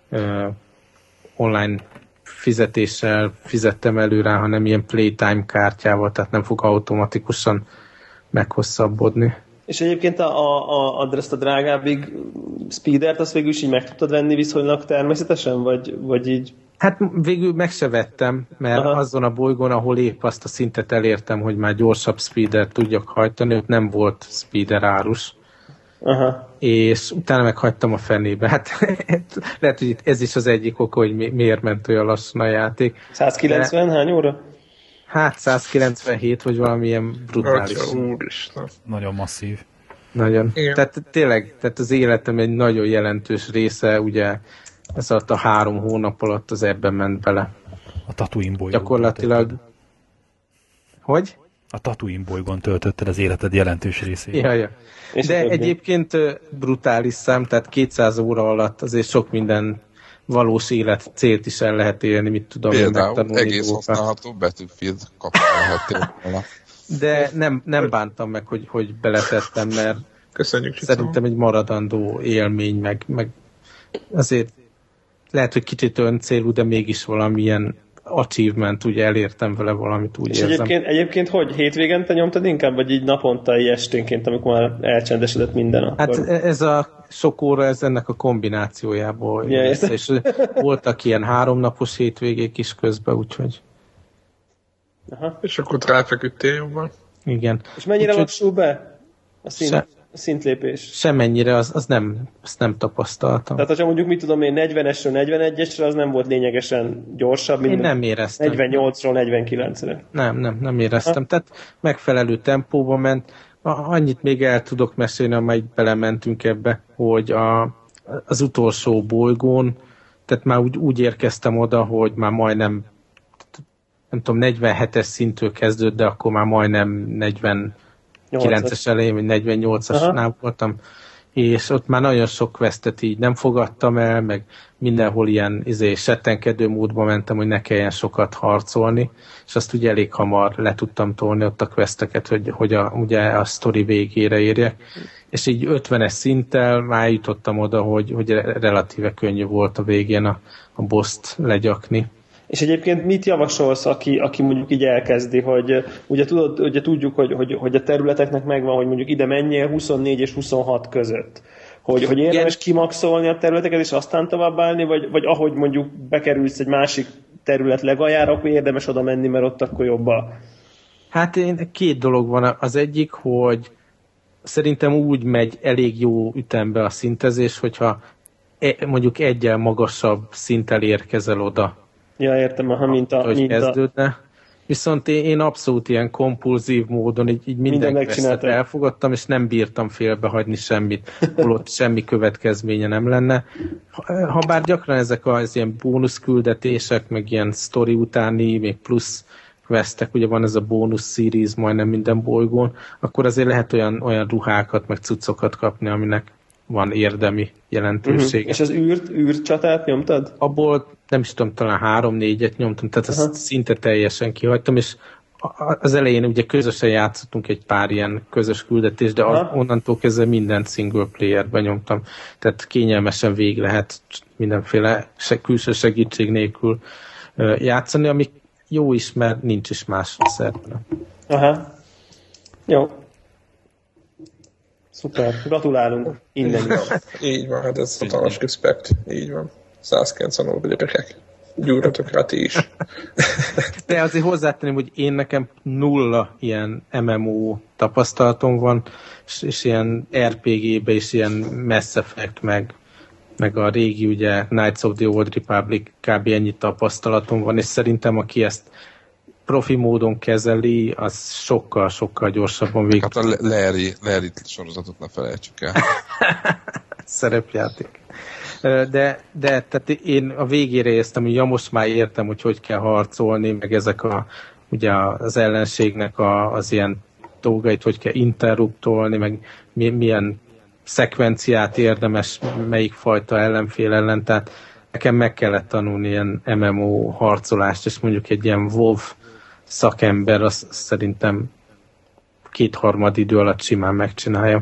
online fizetéssel fizettem elő rá, hanem ilyen playtime kártyával, tehát nem fog automatikusan meghosszabbodni. És egyébként ezt a drágábbig speedert, azt végül is így meg tudtad venni viszonylag természetesen, vagy így? Hát végül meg se vettem, mert azon a bolygón, ahol épp azt a szintet elértem, hogy már gyorsabb speedert tudjak hajtani, ott nem volt speeder árus. Aha. És utána meghagytam a fenébe. Hát lehet, hogy ez is az egyik oka, hogy miért ment olyan lassan a játék. 190 hány óra? Hát 197, vagy valamilyen brutális. Nagyon masszív. Nagyon. Tehát tényleg, az életem egy nagyon jelentős része, ugye ez alatt a 3 hónap alatt az ebben ment bele. A Tatooine bolygón. Gyakorlatilag... Hogy? A Tatooine bolygón töltötted az életed jelentős részét. Ja. De egyébként brutális szám, tehát 200 óra alatt azért sok minden valós élet célt is el lehet élni, mit tudom én megtanulni. Egész használható Battlefield kapcsolható volna. De nem bántam meg, hogy beletettem, mert köszönjük, szerintem egy maradandó élmény, meg azért lehet, hogy kicsit öncélú, de mégis valamilyen achievement, ugye elértem vele valamit, úgy és érzem. Egyébként hogy? Hétvégente nyomtad inkább, vagy így naponta, így esténként, amikor már elcsendesedett minden? Akkor? Hát ez a sok óra, ez ennek a kombinációjából. És voltak ilyen 3 napos hétvégék is közben, úgyhogy... Aha. És akkor ráfeküdtél jobban? Igen. És mennyire lassul be a szintlépés? Semmennyire, azt nem tapasztaltam. Tehát, hogyha mondjuk, mit tudom én, 40-esről 41-esre, az nem volt lényegesen gyorsabb, mint én nem éreztem. 48-ról 49-re. Nem éreztem. Tehát megfelelő tempóba ment. Annyit még el tudok mesélni, amelyik belementünk ebbe, hogy az utolsó bolygón, tehát már úgy érkeztem oda, hogy már majdnem nem tudom, 47-es szintől kezdődött, de akkor már majdnem 49-es elején, vagy 48-asnál voltam, és ott már nagyon sok questet így nem fogadtam el, meg mindenhol ilyen settenkedő módba mentem, hogy ne kelljen sokat harcolni, és azt ugye elég hamar le tudtam tolni ott a questeket, hogy ugye a sztori végére érjek. És így 50-es szinttel már jutottam oda, hogy relatíve könnyű volt a végén a boss-t legyakni. És egyébként mit javasolsz, aki mondjuk így elkezdi, hogy ugye tudjuk, hogy a területeknek megvan, hogy mondjuk ide menjél 24 és 26 között. Hogy érdemes kimaxolni a területeket, és aztán továbbállni, vagy ahogy mondjuk bekerülsz egy másik terület legaljára, akkor érdemes oda menni, mert ott akkor jobb a... Hát 2 dolog van. Az egyik, hogy szerintem úgy megy elég jó ütembe a szintezés, hogyha mondjuk egyel magasabb szinttel érkezel oda. Ja, értem, mint kezdődne. Viszont én abszolút ilyen kompulzív módon így minden questet elfogadtam, és nem bírtam félbehagyni semmit, holott semmi következménye nem lenne. Habár gyakran ezek az ilyen bónuszküldetések, meg ilyen sztori utáni, még plusz questek, ugye van ez a bónusz series majdnem minden bolygón, akkor azért lehet olyan ruhákat, meg cuccokat kapni, aminek van érdemi jelentősége. És az űrcsatát nyomtad? Abból nem is tudom, talán 3-4-et nyomtam, tehát azt szinte teljesen kihagytam, és az elején ugye közösen játszottunk egy pár ilyen közös küldetést, de onnantól kezdve mindent single playerben nyomtam, tehát kényelmesen végig lehet mindenféle külső segítség nélkül játszani, ami jó is, mert nincs is más szerve. Aha. Jó. Szuper, gratulálunk innen. Így van, hát ez hatalmas respekt. Így van. 190 óra gyerekek. Gyújtatok rá ti is. De azért hozzátenném, hogy én nekem 0 ilyen MMO tapasztalatom van, és ilyen RPG-be is ilyen Mass Effect, meg a régi ugye Knights of the Old Republic kb. Ennyi tapasztalatom van, és szerintem aki ezt profi módon kezeli, az sokkal gyorsabban végig. Hát a Larry sorozatot ne felejtsük el. szerepjáték. De tehát én a végére éreztem, hogy most már értem, hogy kell harcolni, meg ezek ugye az ellenségnek az ilyen dolgait, hogy kell interruptolni, meg milyen szekvenciát érdemes, melyik fajta ellenfél ellen, tehát nekem meg kellett tanulni ilyen MMO harcolást, és mondjuk egy ilyen WoW szakember azt szerintem 2/3 idő alatt simán megcsinálja.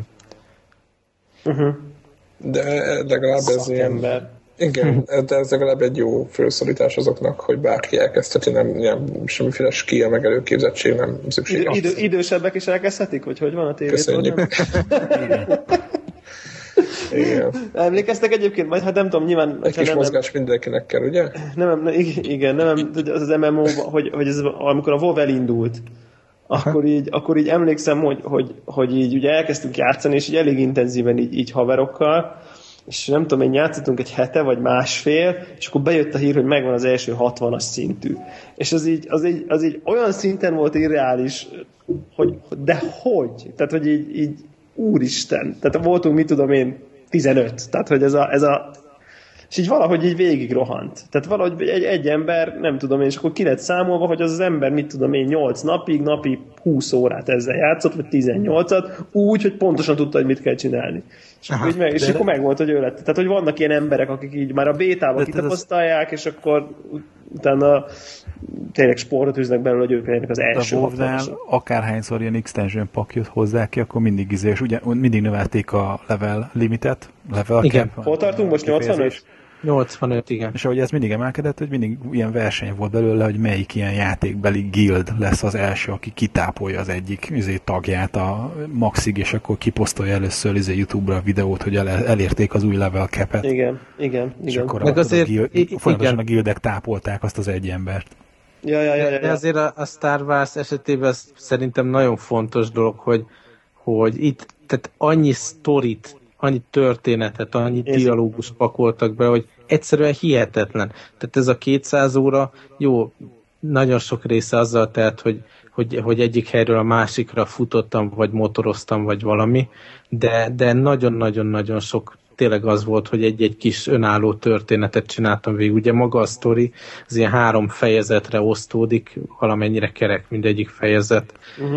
De legalább ez ilyen... Igen, de ez legalább egy jó felszólítás azoknak, hogy bárki elkezdheti, nem semmiféle skill meg előképzettség nem szükséges. Idősebbek is elkezdhetik, hogy van a tévét? Köszönjük. Igen. Emlékeztek egyébként? Majd hát nem tudom, nyilván... Egy kis mozgás mindenkinek kell, ugye? Igen, az MMO, hogy amikor a WoW elindult, akkor így emlékszem, hogy így ugye elkezdtünk játszani, és így elég intenzíven így haverokkal, és nem tudom, én játszottunk egy hete, vagy másfél, és akkor bejött a hír, hogy megvan az első 60-as szintű. És az így olyan szinten volt irreális, hogy de hogy? Tehát, hogy így úristen. Tehát voltunk, mit tudom én, 15. Tehát, hogy ez a és így valahogy így végig rohant. Tehát valahogy egy ember, nem tudom én, és akkor ki lett számolva, hogy az ember, mit tudom én, 8 napig, napi 20 órát ezzel játszott, vagy 18-at, úgy, hogy pontosan tudta, hogy mit kell csinálni. És akkor meg volt, hogy ő lett. Tehát, hogy vannak ilyen emberek, akik így már a bétában kitapasztalják, és akkor utána tényleg sportot üznek belőle, hogy ők legyenek az első. A WoW-nál akárhányszor ilyen extension pak jött hozzá ki, akkor mindig és ugye mindig növelték a level limitet. Igen. Hol tartunk most? 85? 85, igen. És ahogy ez mindig emelkedett, hogy mindig ilyen verseny volt belőle, hogy melyik ilyen játékbeli guild lesz az első, aki kitápolja az egyik tagját a maxig, és akkor kiposztolja először YouTube-ra a videót, hogy elérték az új level cap-et. Igen. És akkor meg azért, folyamatosan a guildek tápolták azt az egy embert. Ja. De azért a Star Wars esetében szerintem nagyon fontos dolog, hogy itt tehát annyi sztorit, annyi történetet, annyi dialógust pakoltak be, hogy egyszerűen hihetetlen. Tehát ez a 200 óra, jó, nagyon sok része azzal telt, hogy egyik helyről a másikra futottam, vagy motoroztam, vagy valami, de nagyon-nagyon-nagyon sok tényleg az volt, hogy egy kis önálló történetet csináltam végig. Ugye maga a sztori az ilyen 3 fejezetre osztódik, valamennyire kerek mindegyik fejezet,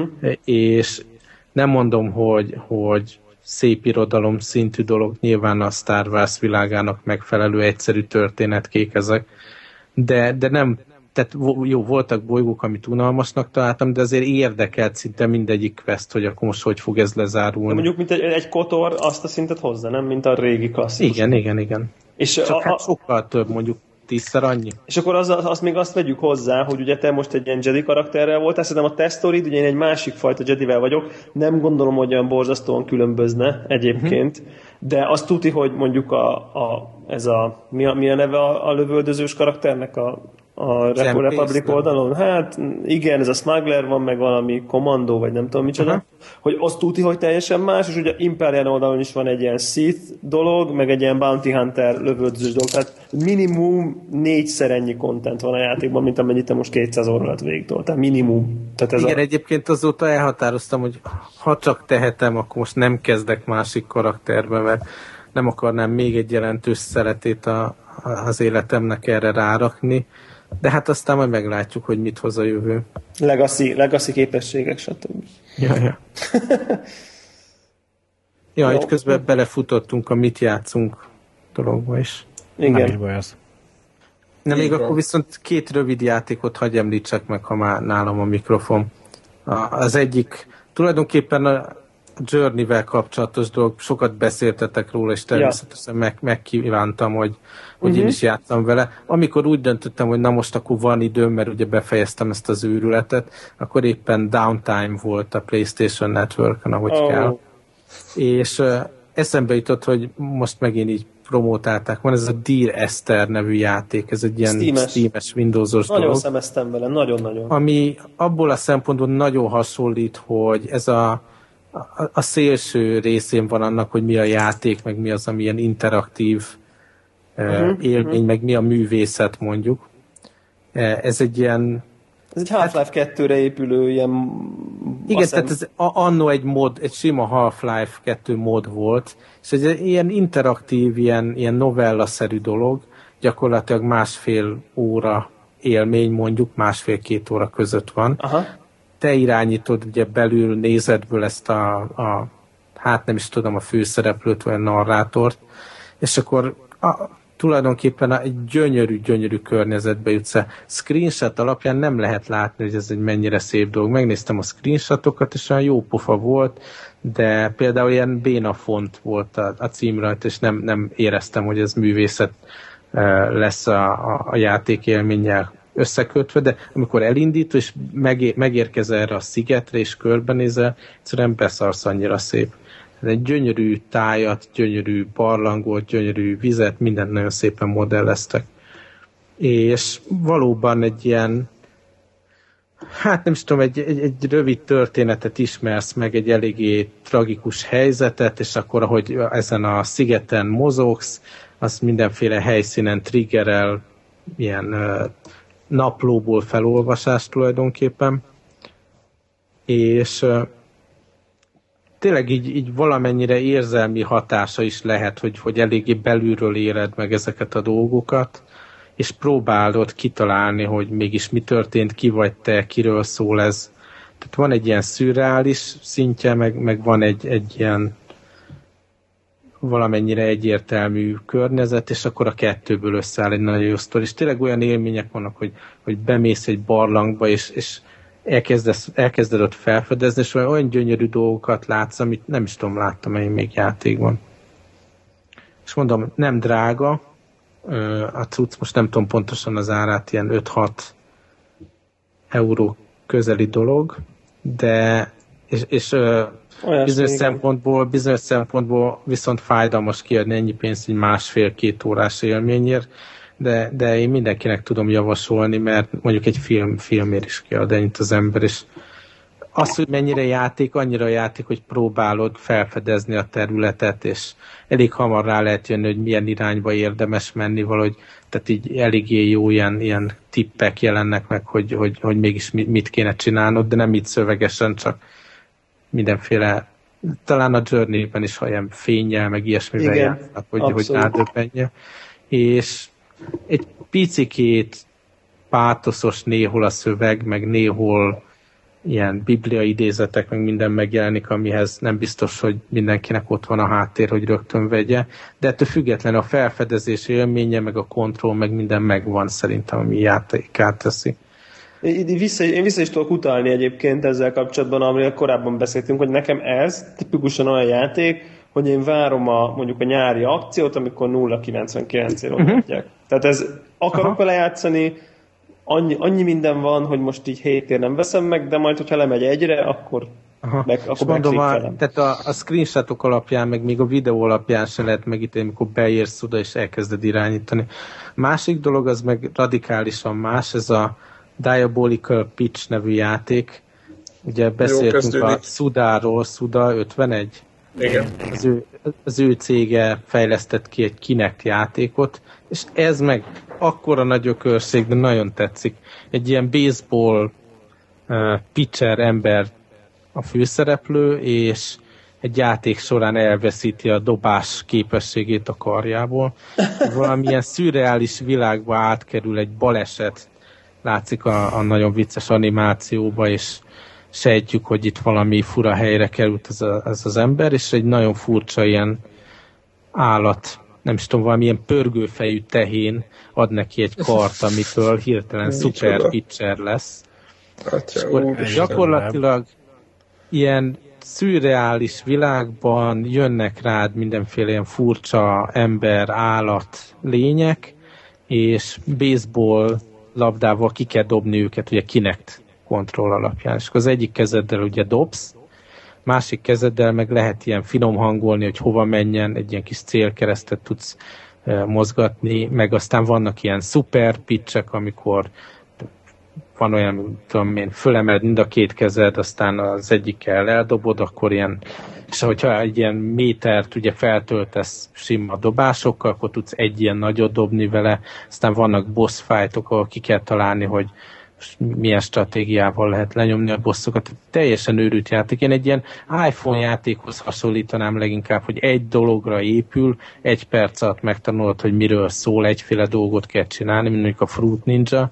és nem mondom, hogy szép irodalom szintű dolog, nyilván a Star Wars világának megfelelő egyszerű történetkék ezek, de nem, tehát jó, voltak bolygók, amit unalmasnak találtam, de azért érdekelt szinte mindegyik quest, hogy akkor most hogy fog ez lezárulni. De mondjuk, mint egy KOTOR azt a szintet hozza, nem? Mint a régi klasszikus. Igen. És csak hát sokkal több, mondjuk 10-szer annyi. És akkor azt még azt vegyük hozzá, hogy ugye te most egy ilyen Jedi karakterrel voltál, szerintem a te sztorid, ugye én egy másik fajta Jedivel vagyok, nem gondolom, hogy olyan borzasztóan különbözne egyébként, de azt tudni, hogy mondjuk mi a neve a lövöldözős karakternek a Republic oldalon? Hát igen, ez a Smuggler van, meg valami kommandó, vagy nem tudom micsoda, hogy azt tudni, hogy teljesen más, és ugye Imperial oldalon is van egy ilyen Sith dolog, meg egy ilyen Bounty Hunter lövöldözős dolog, tehát minimum 4-szer ennyi content van a játékban, mint amennyit te most 200 óra alatt végigtól, tehát minimum. Tehát ez igen, egyébként azóta elhatároztam, hogy ha csak tehetem, akkor most nem kezdek másik karakterbe, mert nem akarnám még egy jelentős szeletét az életemnek erre rárakni, de hát aztán majd meglátjuk, hogy mit hoz a jövő. Legacy képességek, stb. Ja. Ja, itt közben belefutottunk a mit játszunk dologba is. Igen. Nem is baj az. Nem, még akkor viszont 2 rövid játékot hagyj említsek meg, ha már nálam a mikrofon. Az egyik tulajdonképpen a Journey-vel kapcsolatos dolog, sokat beszéltetek róla, és természetesen megkívántam, hogy én is játszom vele. Amikor úgy döntöttem, hogy na most akkor van időm, mert ugye befejeztem ezt az őrületet, akkor éppen downtime volt a PlayStation Network-on, ahogy kell. És eszembe jutott, hogy most megint így promótálták. Van ez a Dear Esther nevű játék, ez egy ilyen Steam-es Windows-os dolog. Nagyon szemeztem vele, nagyon-nagyon. Ami abból a szempontból nagyon hasonlít, hogy ez a szélső részén van annak, hogy mi a játék, meg mi az, ami ilyen interaktív élmény, meg mi a művészet mondjuk. Ez egy ilyen Ez egy Half-Life 2-re épülő ilyen... Igen, tehát ez annó egy mod, egy sima Half-Life 2 mod volt, és egy ilyen interaktív, ilyen novella-szerű dolog, gyakorlatilag 1,5 óra élmény, mondjuk 1,5-2 óra között van. Aha. Te irányítod ugye belül nézetből ezt hát nem is tudom, a főszereplőt, vagy a narrátort, és akkor tulajdonképpen egy gyönyörű környezetbe jutsz el. Screenshot alapján nem lehet látni, hogy ez egy mennyire szép dolog. Megnéztem a screenshotokat, és olyan jó pofa volt, de például ilyen béna font volt a cím rajta, és nem éreztem, hogy ez művészet lesz a játék élménnyel összekötve, de amikor elindít, és megérkezel erre a szigetre, és körbenézel, egyszerűen beszarsz, annyira szép. Egy gyönyörű tájat, gyönyörű barlangot, gyönyörű vizet, mindent nagyon szépen modelleztek. És valóban egy ilyen, hát nem is tudom, egy rövid történetet ismersz meg, egy eléggé tragikus helyzetet, és akkor, ahogy ezen a szigeten mozogsz, az mindenféle helyszínen triggerel ilyen naplóból felolvasást tulajdonképpen. És tényleg így valamennyire érzelmi hatása is lehet, hogy eléggé belülről éled meg ezeket a dolgokat, és próbálod kitalálni, hogy mégis mi történt, ki vagy te, kiről szól ez. Tehát van egy ilyen szürreális szintje, meg van egy ilyen valamennyire egyértelmű környezet, és akkor a kettőből összeáll egy nagyon jó sztori. És tényleg olyan élmények vannak, hogy bemész egy barlangba, és elkezded ott felfedezni, és olyan gyönyörű dolgokat látsz, amit nem is tudom, láttam én még játékban. És mondom, nem drága, a cucc, most nem tudom pontosan az árát, ilyen 5-6 euró közeli dolog, de és bizonyos szempontból viszont fájdalmas kiadni ennyi pénzt egy 1,5-2 órás élményért, de én mindenkinek tudom javasolni, mert mondjuk egy filmért is kiad ennyit az ember, és az, hogy mennyire játék, annyira játék, hogy próbálod felfedezni a területet, és elég hamar rá lehet jönni, hogy milyen irányba érdemes menni valahogy, tehát így eléggé jó ilyen tippek jelennek meg, hogy mégis mit kéne csinálnod, de nem így szövegesen, csak mindenféle, talán a Journey-ben is olyan fénnyel, meg ilyesmivel játszanak, hogy rádöbbenje. És egy picikét pátoszos néhol a szöveg, meg néhol ilyen biblia idézetek, meg minden megjelenik, amihez nem biztos, hogy mindenkinek ott van a háttér, hogy rögtön vegye, de ettől függetlenül a felfedezés élménye, meg a kontroll, meg minden megvan szerintem, ami játékát teszi. Én vissza is tudok utalni egyébként ezzel kapcsolatban, amiről korábban beszéltünk, hogy nekem ez tipikusan olyan játék, hogy én várom mondjuk a nyári akciót, amikor 0,99-ért odaadják. Tehát ez akarok vele játszani, annyi minden van, hogy most így 7 nem veszem meg, de majd, hogyha lemegy egyre, akkor megklikkelem. Tehát a screenshotok alapján, meg még a videó alapján se lehet megítélni, amikor beérsz oda, és elkezded irányítani. Másik dolog, az meg radikálisan más, ez a Diabolical Pitch nevű játék. Ugye beszéltünk a Sudáról, Suda 51. Igen. Az ő cége fejlesztett ki egy Kinect játékot, és ez meg akkora nagy ökörség, de nagyon tetszik. Egy ilyen baseball pitcher ember a főszereplő, és egy játék során elveszíti a dobás képességét a karjából. Valamilyen szürreális világba átkerül egy baleset, látszik a nagyon vicces animációba, és sejtjük, hogy itt valami fura helyre került ez az ember, és egy nagyon furcsa ilyen állat, nem is tudom, valamilyen pörgőfejű tehén ad neki egy kart, amitől hirtelen szuper pitcher lesz. Gyakorlatilag ilyen szürreális világban jönnek rád mindenféle ilyen furcsa ember, állat, lények, és baseball labdával ki kell dobni őket, ugye Kinect kontroll alapján. És az egyik kezeddel ugye dobsz, másik kezeddel meg lehet ilyen finom hangolni, hogy hova menjen, egy ilyen kis célkeresztet tudsz mozgatni, meg aztán vannak ilyen szuper pitchek, amikor van olyan, tudom én, fölemeled mind a két kezed, aztán az egyikkel eldobod, akkor ilyen, és hogyha egy ilyen métert ugye feltöltesz sima dobásokkal, akkor tudsz egy ilyen nagyot dobni vele, aztán vannak boss fightok, ahol ki kell találni, hogy milyen stratégiával lehet lenyomni a bosszokat. Teljesen őrült játék. Én egy ilyen iPhone játékhoz hasonlítanám leginkább, hogy egy dologra épül, 1 perc alatt megtanulod, hogy miről szól, egyféle dolgot kell csinálni, mint mondjuk a Fruit Ninja,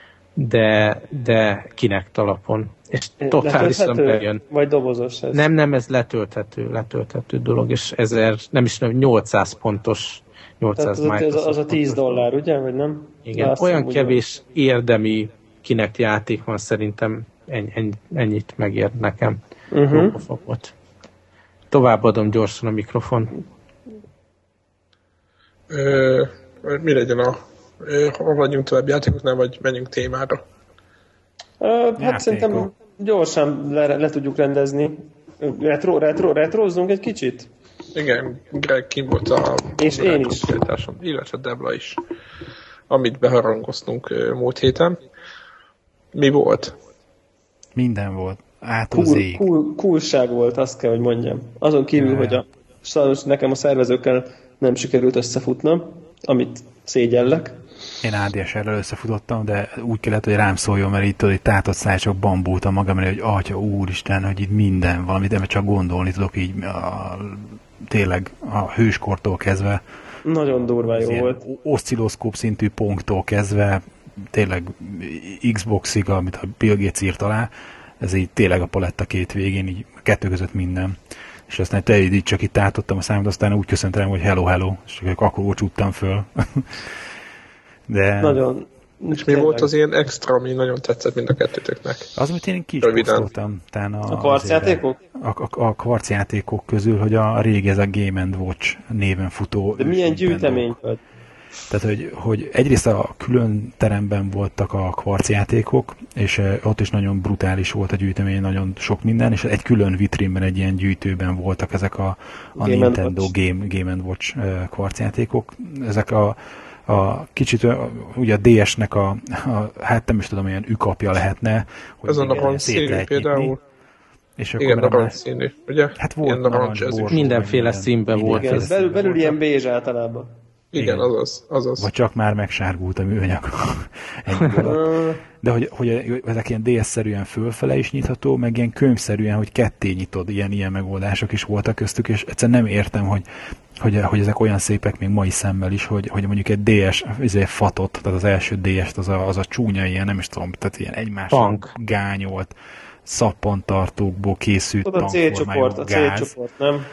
de Kinect alapon. És totálisan bejön. Vagy dobozos ez? Nem, ez letölthető dolog, és 800 pontos, 800 Microsoft. Az a $10, ugye, vagy nem? Igen, olyan kevés érdemi Kinect játék van, szerintem ennyit megér nekem. Továbbadom gyorsan a mikrofon. Mi legyen hol vagyunk tovább játékoknál, vagy menjünk témára? Hát szerintem gyorsan le tudjuk rendezni. Retrozzunk egy kicsit? Igen, Greg kim volt a... És én is. Illetve Debla is. Amit beharangoztunk múlt héten. Mi volt? Minden volt. Átozék. Coolság volt, azt kell, hogy mondjam. Azon kívül, hogy sajnos nekem a szervezőkkel nem sikerült összefutnom, amit szégyellek. Én ADSR-rel összefutottam, de úgy kellett, hogy rám szóljon, mert itt tátott száj csak bambultam magam elé, hogy atya úristen, hogy itt minden valamit, de csak gondolni tudok így tényleg a hőskortól kezdve. Nagyon durván jó volt. Oszcilloszkóp szintű ponktól kezdve, tényleg Xboxig, amit a Bill Gates írt alá, ez így tényleg a paletta két végén, így a kettő között minden. És aztán így csak itt átadtam a számot, aztán úgy köszöntem, hogy hello, és akkor csúttam föl. De... Nagyon... És mi volt az ilyen extra, ami nagyon tetszett mind a kettőtöknek? Az, amit én ki is posztoltam. A kvarcjátékok? A kvarcjátékok közül, hogy a régi ez a Game & Watch néven futó... De milyen gyűjtemény vagy? Tehát, hogy egyrészt a külön teremben voltak a kvarcjátékok, és ott is nagyon brutális volt a gyűjtemény, nagyon sok minden, és egy külön vitrínben, egy ilyen gyűjtőben voltak ezek a Nintendo Game & Watch kvarcjátékok. Ezek a kicsit, ugye a DS-nek hát nem is tudom, ilyen ükapja lehetne, hogy ez a narancsszínű például. És igen, narancsszínű, ugye? Hát volt narancs, mindenféle színben volt. Igen, belül ilyen bézs általában. Igen, azaz. Vagy csak már megsárgult a műanyag. De hogy ezek ilyen DS-szerűen fölfele is nyitható, meg ilyen könyvszerűen, hogy ketté nyitod, ilyen megoldások is voltak köztük, és egyszerűen nem értem, hogy ezek olyan szépek még mai szemmel is, hogy mondjuk egy DS fatot, tehát az első DS-t, az a csúnya ilyen, nem is tudom, tehát ilyen egymásra gányolt szappantartókból készült tankformájú gáz. A C-csoport, nem?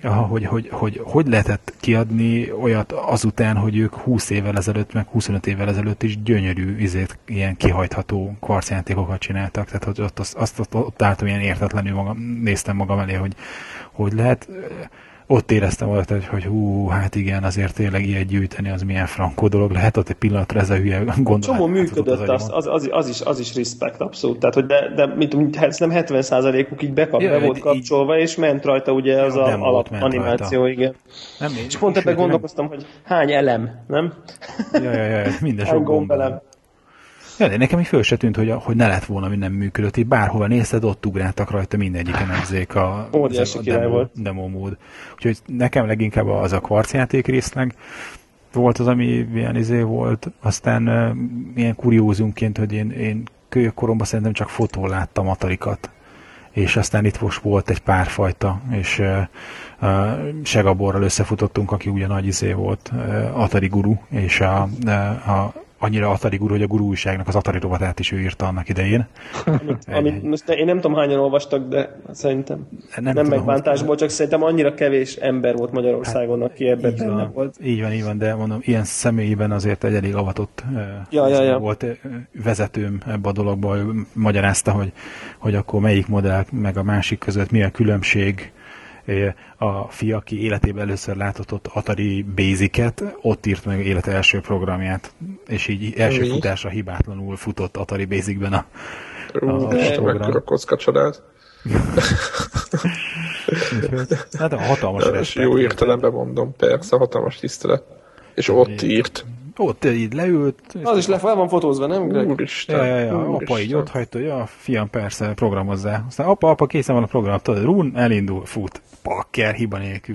Hogy lehetett kiadni olyat azután, hogy ők 20 évvel ezelőtt, meg 25 évvel ezelőtt is gyönyörű, ilyen kihajtható kvarcjátékokat csináltak, tehát hogy ott álltam ilyen értetlenül néztem magam elé, hogy lehet. Ott éreztem olyat, hogy hát igen, azért tényleg ilyen gyűjteni, az milyen frankó dolog lehet, ott egy pillanatra ez a hülye gondolat. Csomó működött, az is respekt, abszolút. Tehát, hogy de nem 70%-uk így be volt kapcsolva, és ment rajta ugye az a alapanimáció, igen. Nem, és pont ebben gondolkoztam, hogy hány elem, nem? Ja, minden sok gomb. Ja, de nekem így föl se tűnt, hogy ne lett volna, minden működött. Így bárhova nézted, ott ugráltak rajta mindegyiken ezzék a demo mód. Úgyhogy nekem leginkább az a kvarcjáték részleg volt az, ami ilyen volt. Aztán ilyen kuriózumként, hogy én kölyökkoromban szerintem csak fotón láttam Atarikat. És aztán itt most volt egy párfajta, és Segaborral összefutottunk, aki ugye nagy volt, Atari guru, és annyira Atari guru, hogy a Guru újságnak az Atari rovatát is ő írta annak idején. Most én nem tudom, hányan olvastak, de szerintem nem megbántásból, csak szerintem annyira kevés ember volt Magyarországon, aki ebben benne volt. Így van, de mondom, ilyen személyben azért egy elég avatott volt vezetőm ebbe a dologba, ő magyarázta, hogy akkor melyik modell meg a másik között mi a különbség. A fia, aki életében először látott ott Atari Basic-et, ott írt meg élete első programját, és így első futásra hibátlanul futott Atari Basic-ben a program. Mekkora kocka csodát. Hát a hatalmas respekt. Jó értelemben mondom, persze, hatalmas tisztelet. És ott írt. Ott így leült. Az is le van fotózva, nem, Greg? Úristen. Apa így ott hagyta, hogy fiam, persze, programozzá. Aztán apa, készen van a program, tudod, rún, elindul, fut. Pakker, hiba nélkül.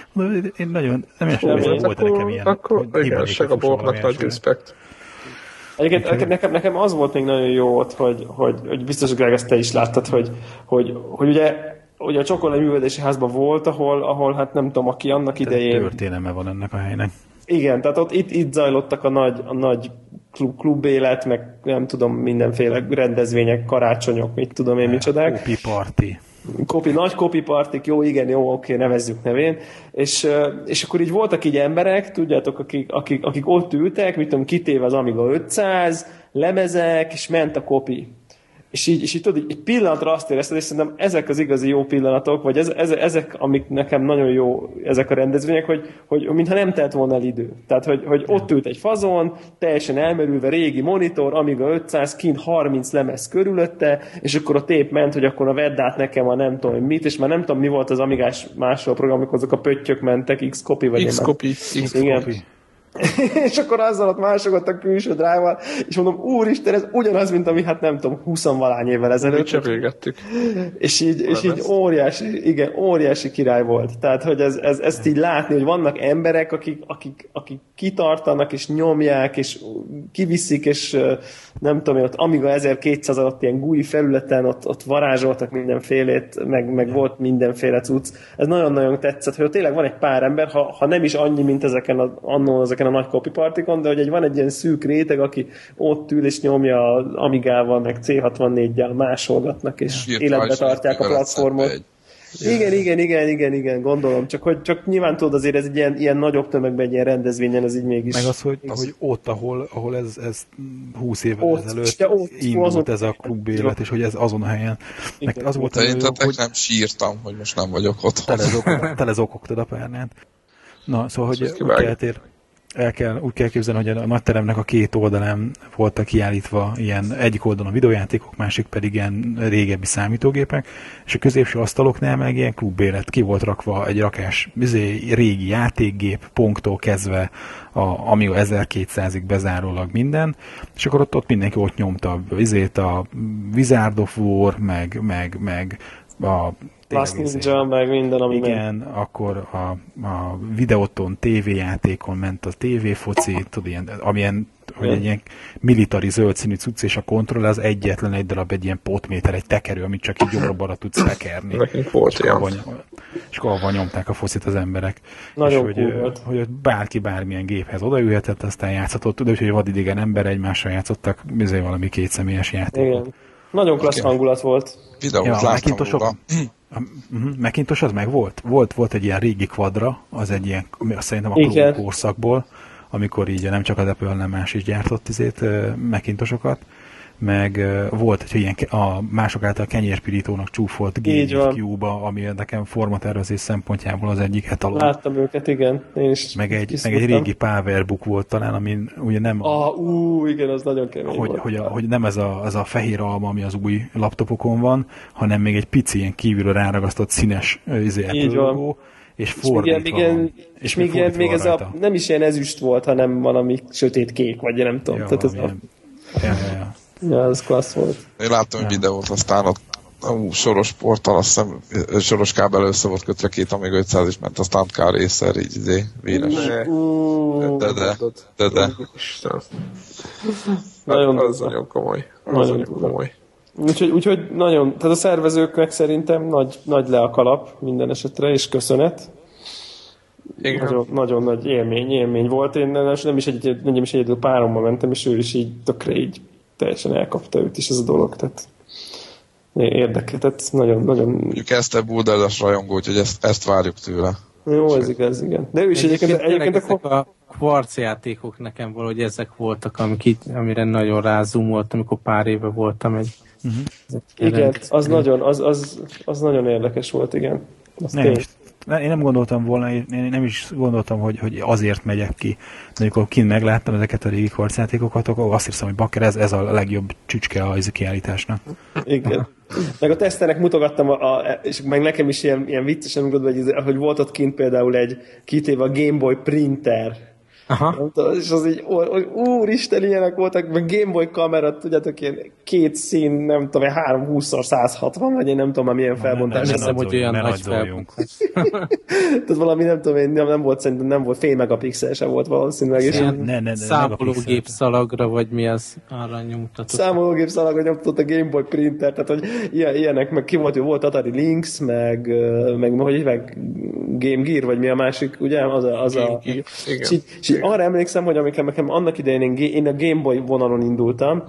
Én nagyon, nem is volt nekem ilyen. Akkor igen, Segabornak nagy respekt. Egyébként nekem az volt még nagyon jó ott, hogy biztos, Greg, ezt te is láttad, hogy ugye a Csokonai Művelődési Házban volt, ahol hát nem tudom, aki annak idején... Történelme van ennek a helynek. Igen, tehát ott itt zajlottak a nagy klubélet, meg nem tudom, mindenféle rendezvények, karácsonyok, mit tudom én, micsodák. Kopi party. Nagy kopi partik, jó, oké, nevezzük nevén, és akkor így voltak így emberek, tudjátok, akik ott ültek, mit tudom, kitéve az Amiga 500, lemezek, és ment a kopi. És így tudod, egy pillanatra azt érezted, és szerintem ezek az igazi jó pillanatok, vagy ezek, amik nekem nagyon jó, ezek a rendezvények, hogy mintha nem telt volna el idő. Tehát, hogy ott ült egy fazon, teljesen elmerülve, régi monitor, Amiga 500, kint 30 lemez körülötte, és akkor a tép ment, hogy akkor vedd át nekem a nem tudom mit, és már nem tudom, mi volt az Amigás másról program, amikor azok a pöttyök mentek, X-Copy vagy X-Copy. És akkor azzal ott másogott a külső drával, és mondom, úristen, ez ugyanaz, mint ami hát nem tudom, 20-valány évvel ezelőtt. Cserélgettük. És így óriási király volt. Tehát, hogy ezt így látni, hogy vannak emberek, akik kitartanak, és nyomják, és kiviszik, és nem tudom, ott Amiga 1200 alatt ilyen GUI felületen ott varázsoltak mindenfélét, meg volt mindenféle cucc. Ez nagyon-nagyon tetszett, hogy tényleg van egy pár ember, ha nem is annyi, mint ezeken a nagy kopipartikon, de hogy van egy ilyen szűk réteg, aki ott ül és nyomja az Amigával, meg C64-gyel másolgatnak, és életbe tartják a platformot. Igen, gondolom. Csak nyilván tudod, azért ez egy ilyen nagyobb tömegben, egy ilyen rendezvényen, ez így mégis... Meg az, hogy ott, ahol ez 20 évvel ezelőtt indult ez a klubélet, és hogy ez azon a helyen. Meg az volt hogy nem sírtam, hogy most nem vagyok otthon. Tele zokogtad a párnát. Na, szóval, hogy úgy kell képzelni, hogy a nagyteremnek a két oldalán voltak kiállítva ilyen egyik oldalon videójátékok, másik pedig ilyen régebbi számítógépek, és a középső asztaloknál meg ilyen klubélet, ki volt rakva egy rakás régi játékgép, Pongtól kezdve a Amiga 1200-ig bezárólag minden, és akkor ott mindenki ott nyomta a Wizard of War, meg a Last Ninja, meg minden, ami igen, akkor a Videoton tévéjátékon ment a tévéfoci, tudod, amilyen hogy egy ilyen militari zöld színű cucc, és a kontroll az egyetlen egy darab, egy ilyen potméter, egy tekerő, amit csak így jobbra-balra tudsz tekerni. Nekünk volt ilyen. És akkor nyomták a focit az emberek. Nagyon és cool hogy bárki bármilyen géphez odaülhetett, aztán játszhatott, de úgyhogy vadidegen ember egymással játszottak, valami kétszemélyes játékot. Igen. Nagyon klassz hangulat volt. Videót láttam róla. Macintosh az meg volt? Volt egy ilyen régi Quadra, az egy ilyen, szerintem a klón korszakból, amikor így nem csak az Apple, nem más is gyártott Macintoshokat, meg volt egy ilyen a mások által kenyérpirítónak csúfolt GameCube-ba, ami nekem formatervezés szempontjából az egyik etalon. Láttam őket, igen. Én is meg egy régi Powerbook volt talán, amin ugye nem... igen, az nagyon kemény volt. Hogy nem ez a fehér alma, ami az új laptopokon van, hanem még egy pici ilyen kívülről ráragasztott színes Apple logó, és fordítva van. És még ez nem is ilyen ezüst volt, hanem valami sötét kék, vagy nem tudom. Ja, tehát Ja, ez klassz volt. Én láttam egy videót, aztán ott soros porttal, azt hiszem, soros kábel össze volt kötve két Amiga 500 is ment, aztán K részer, így véres. De. Az nagyon komoly. Úgyhogy nagyon, tehát a szervezőknek szerintem nagy le a kalap minden esetre, és köszönet. Nagyon nagy élmény volt. Én nem is egyedül párommal mentem, és ő is így tökre így teljesen elkapta őt is ez a dolog, tehát érdekel, tehát nagyon... Mondjuk ezt a bulderdas rajongó, úgyhogy ezt várjuk tőle. Jó, ez igaz, igen. De ő is egyébként a kvarc játékok nekem valahogy ezek voltak, amire nagyon rázumoltam, amikor pár éve voltam egy... Igen, az nagyon érdekes volt, igen. Én nem gondoltam volna, én nem is gondoltam, hogy azért megyek ki. De amikor kint megláttam ezeket a régi kvarcjátékokat, akkor azt hiszem, hogy bakker, ez a legjobb csücske a kiállításnak. Igen. Meg a teszternek mutogattam, és meg nekem is ilyen viccesen gondolom, hogy volt ott kint például egy kitéve a Game Boy printer, Aha. És az így, úristen, ilyenek voltak, meg Game Boy kamera, tudjátok, ilyen 2 szín, nem tudom, 320x160, vagy én nem tudom, milyen felbontás. Nem hogy olyan nagy felbontás. Tehát valami, nem tudom, én nem volt, szerintem nem volt fél megapixel sem volt valószínűleg. Számológép szalagra, vagy mi az arra nyomtatott? Számológép szalagra nyomtatott a Game Boy printer, tehát hogy ilyenek, meg ki volt Atari Lynx, meg hogy hívják, Game Gear, vagy mi a másik, ugye? És arra emlékszem, hogy amikor annak idején én a Game Boy vonalon indultam,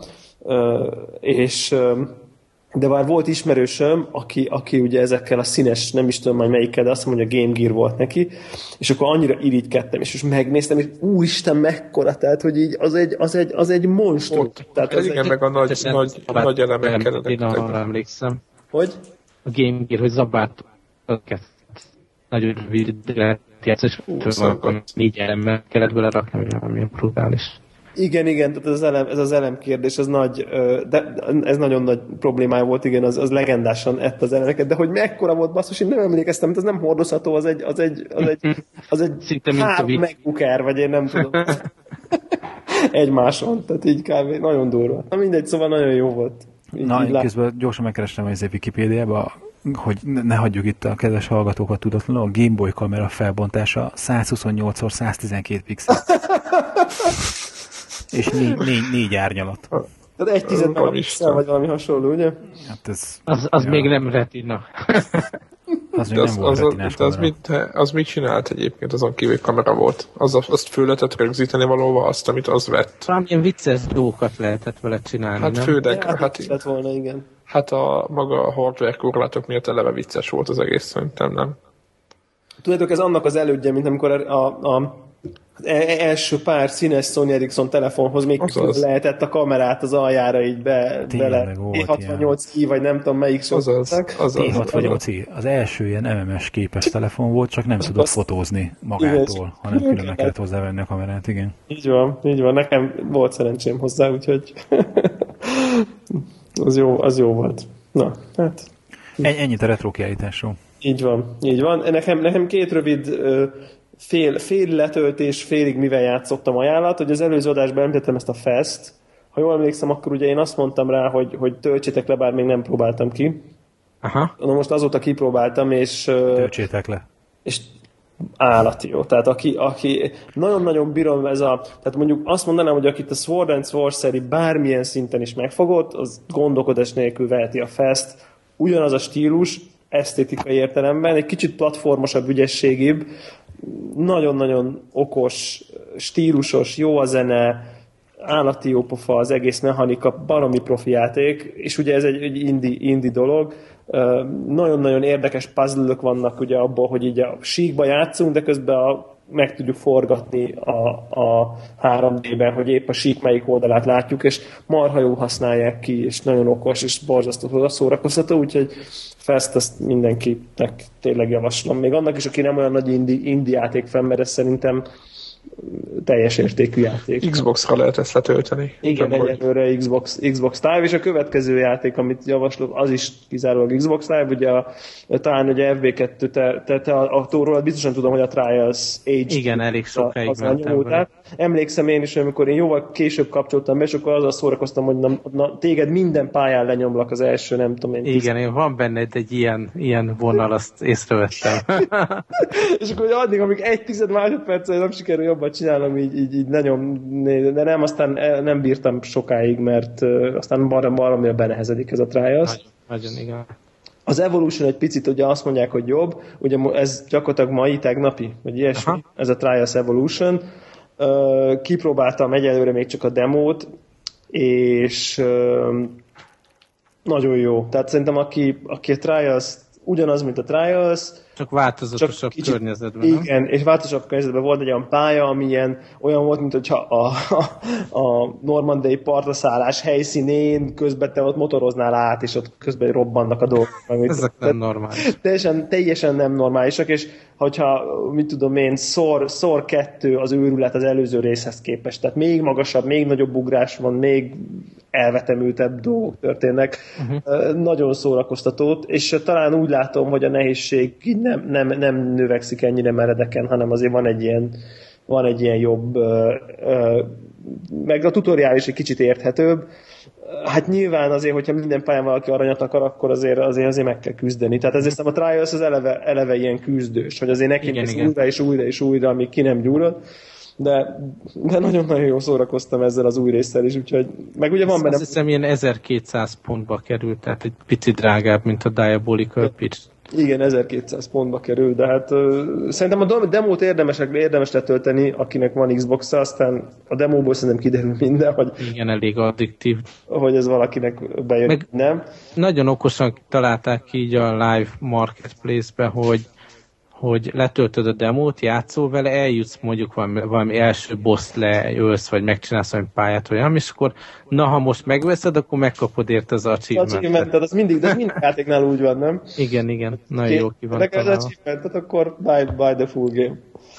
de már volt ismerősöm, aki ugye ezekkel a színes, nem is tudom majd melyikkel, de azt mondom, hogy a Game Gear volt neki, és akkor annyira irigykedtem, és megnéztem, és úristen, mekkora, tehát, hogy így az egy monstrum. Tehát ez igen, meg a nagy elemekkel. Én arra emlékszem. Hogy? A Game Gear, hogy zabárt nagyon rövid játszás, 4 elemmel kellett bele rakni, amilyen brutális. Igen, tehát ez az elem kérdés, ez nagy, de ez nagyon nagy problémája volt, igen, az legendásan ett az elemeket, de hogy mekkora volt, basszus, én nem emlékeztem, ez nem hordozható, az egy 3 MacBook Air, vagy én nem tudom. Egymáson, tehát így kb. Nagyon durva. Na mindegy, szóval nagyon jó volt. Én közben gyorsan megkerestem az Wikipédiába, hogy ne hagyjuk itt a kedves hallgatókat tudatlanul, a Game Boy kamera felbontása 128x112 pixel. És 4 árnyalat. Tehát 1/10 megapixel, vagy valami hasonló, ugye? Hát az még nem retina. Az még nem volt retinás kamera. Az mit csinált egyébként, azon kívül kamera volt? Azt föl lehetett rögzíteni valóban azt, amit az vett. Valamilyen vicces dolgokat lehetett vele csinálni, hát nem? Főleg, lett volna, igen. Hát maga a hardware korlátok miatt eleve vicces volt az egész, szerintem, nem? Tudjátok, ez annak az elődje, mint amikor az első pár színes Sony Ericsson telefonhoz még lehetett a kamerát az aljára így bele. T68i, vagy nem tudom melyik sorozatnak. T68i. Az első ilyen MMS képes telefon volt, csak nem tudott fotózni magától, hanem külön kellett hozzávenni a kamerát, igen. Így van. Nekem volt szerencsém hozzá, úgyhogy az jó volt. Na, hát. Ennyit a retro kiállításról. Így van. Nekem 2 rövid fél letöltés, félig mivel játszottam ajánlat, hogy az előző adásban említettem ezt a Fest. Ha jól emlékszem, akkor ugye én azt mondtam rá, hogy töltsétek le, bár még nem próbáltam ki. Aha. Na most azóta kipróbáltam, és... Töltsétek le. És állati jó. Tehát aki nagyon-nagyon bírom tehát mondjuk azt mondanám, hogy akit a Sword and Sorcery bármilyen szinten is megfogott, az gondolkodás nélkül veheti a Fest. Ugyanaz a stílus, esztétikai értelemben, egy kicsit platformosabb, ügyességibb, nagyon-nagyon okos, stílusos, jó a zene, állati jó pofa, az egész mechanika, baromi profi játék, és ugye ez egy indie dolog. Nagyon-nagyon érdekes puzzle-ök vannak ugye abból, hogy így a síkba játszunk, de közben meg tudjuk forgatni a 3D-ben, hogy épp a sík melyik oldalát látjuk, és marha jól használják ki, és nagyon okos, és borzasztó szórakoztató, úgyhogy Fest, ezt mindenkinek tényleg javaslom. Még annak is, aki nem olyan nagy indie játék fenn, mert ez szerintem teljes értékű játék. Xbox-ra lehet ezt letölteni. Igen, egyelőre Xbox Live, és a következő játék, amit javaslok, az is kizárólag Xbox Live, ugye talán ugye FB2, te arról biztosan tudom, hogy a Trials Age. Igen, elég sokáig mentem vele. Emlékszem én is, amikor én jóval később kapcsoltam be, és akkor azzal szórakoztam, hogy téged minden pályán lenyomlak az első, nem tudom én. Igen, van benned egy ilyen vonal, azt észrevettem. És akkor addig, amíg 1/10 másodperccel nem sikerül jobban csinálnom, így lenyomni, de nem, aztán nem bírtam sokáig, mert aztán valamire benehezedik ez a Trials. Nagyon igen. Az Evolution egy picit ugye azt mondják, hogy jobb, ugye ez gyakorlatilag tegnapi, vagy ilyesmi, aha. Ez a Trials Evolution. Kipróbáltam egyelőre még csak a demót, és nagyon jó. Tehát szerintem aki a Trials ugyanaz, mint a Trials, csak változatosabb környezetben. Igen, és változatosabb környezetben volt egy olyan pálya, ami olyan volt, mint hogyha a normandiai partraszállás helyszínén közben te ott motoroznál át, és ott közben robbannak a dolgok. Ezek nem normális. Teljesen nem normálisak, és hogyha, mit tudom én, szor 2 az őrület az előző részhez képest. Tehát még magasabb, még nagyobb ugrás van, még elvetemültebb dolgok történnek. Nagyon szórakoztató, és talán úgy látom, hogy a nehézség így nem növekszik ennyire meredeken, hanem azért van egy ilyen van egy ilyen jobb, meg a tutoriál is egy kicsit érthetőbb. Hát nyilván azért, hogyha minden pályán valaki aranyat akar, akkor azért meg kell küzdeni. Tehát ezért a Trials az eleve ilyen küzdős, hogy azért neki újra és újra, amíg ki nem gyúrod. De nagyon-nagyon jól szórakoztam ezzel az új résszel is, úgyhogy meg ugye van benne... Azt hiszem ilyen 1200 pontba került, tehát egy picit drágább, mint a Diabolical Pitch. Igen, 1200 pontba kerül, de hát szerintem a demót érdemes letölteni, akinek van Xbox-a, aztán a demóból szerintem kiderül minden, hogy... Igen, elég addiktív. Hogy ez valakinek bejön, meg nem. Nagyon okosan találták ki így a live marketplace-be, hogy letöltöd a demót, játszol vele, eljutsz mondjuk valami első boss leölsz, vagy megcsinálsz valami pályát, vagy nem, és akkor ha most megveszed, akkor megkapod érte az achievementet. Az mindig, de minden játéknál úgy van, nem? Igen, nagyon jó ki van találva. Az achievementet, akkor buy the full game.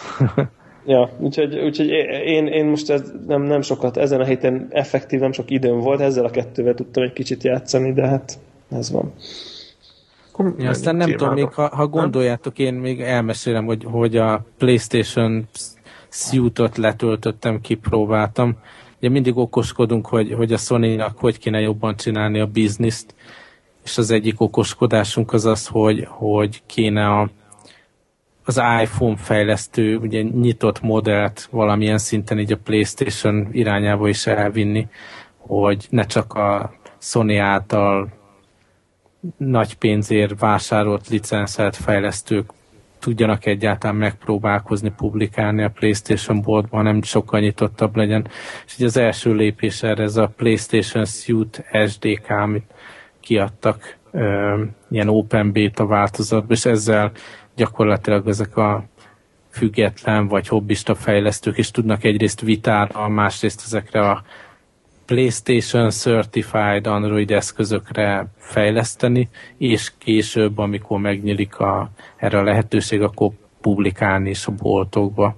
Ja, úgyhogy én most nem sokat, ezen a héten effektív nem sok időm volt, ezzel a kettővel tudtam egy kicsit játszani, de hát ez van. Ja, aztán nem tudom, még ha gondoljátok, én még elmesélem, hogy a PlayStation Suite-ot letöltöttem, kipróbáltam. Ugye mindig okoskodunk, hogy a Sony-nak hogy kéne jobban csinálni a bizniszt, és az egyik okoskodásunk az, hogy kéne az iPhone fejlesztő, ugye nyitott modellt valamilyen szinten így a PlayStation irányába is elvinni, hogy ne csak a Sony által nagy pénzért vásárolt licenszelt fejlesztők tudjanak egyáltalán megpróbálkozni, publikálni a PlayStation boardban, hanem sokkal nyitottabb legyen. És így az első lépés erre ez a PlayStation Suite SDK, amit kiadtak ilyen open beta változatban, és ezzel gyakorlatilag ezek a független vagy hobbista fejlesztők is tudnak egyrészt vitára, másrészt ezekre a PlayStation Certified Android eszközökre fejleszteni, és később, amikor megnyílik erre a lehetőség, akkor publikálni is a boltokba.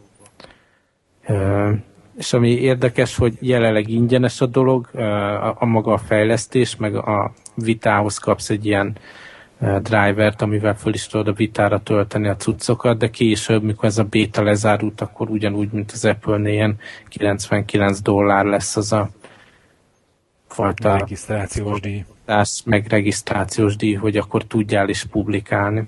És ami érdekes, hogy jelenleg ingyenes a dolog, a maga a fejlesztés, meg a vitához kapsz egy ilyen drivert, amivel föl is tudod a vitára tölteni a cuccokat, de később, mikor ez a beta lezárult, akkor ugyanúgy, mint az Apple-nél ilyen $99 lesz az a fajta regisztrációs díj. Meg regisztrációs díj, hogy akkor tudjál is publikálni.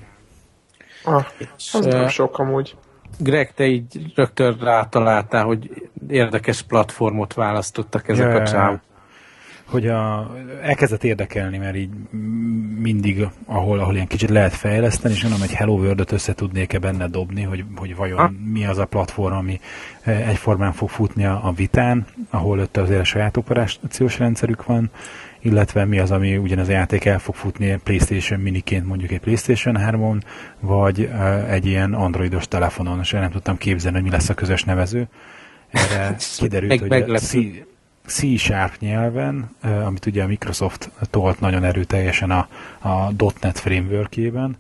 Az nem sok amúgy. Greg, te így rögtön rátaláltál, hogy érdekes platformot választottak ezek a csávok. Hogy elkezdett érdekelni, mert így mindig, ahol ilyen kicsit lehet fejleszteni, és gondolom, egy Hello World-öt össze tudnék-e benne dobni, hogy vajon mi az a platform, ami egyformán fog futni a vitán, ahol ott azért a saját operációs rendszerük van, illetve mi az, ami ugyanaz a játék el fog futni PlayStation miniként mondjuk egy PlayStation 3-on, vagy egy ilyen androidos telefonon, és nem tudtam képzelni, hogy mi lesz a közös nevező. Erre kiderült, hogy C# nyelven, amit ugye a Microsoft tolt nagyon erőteljesen a .NET frameworkjében,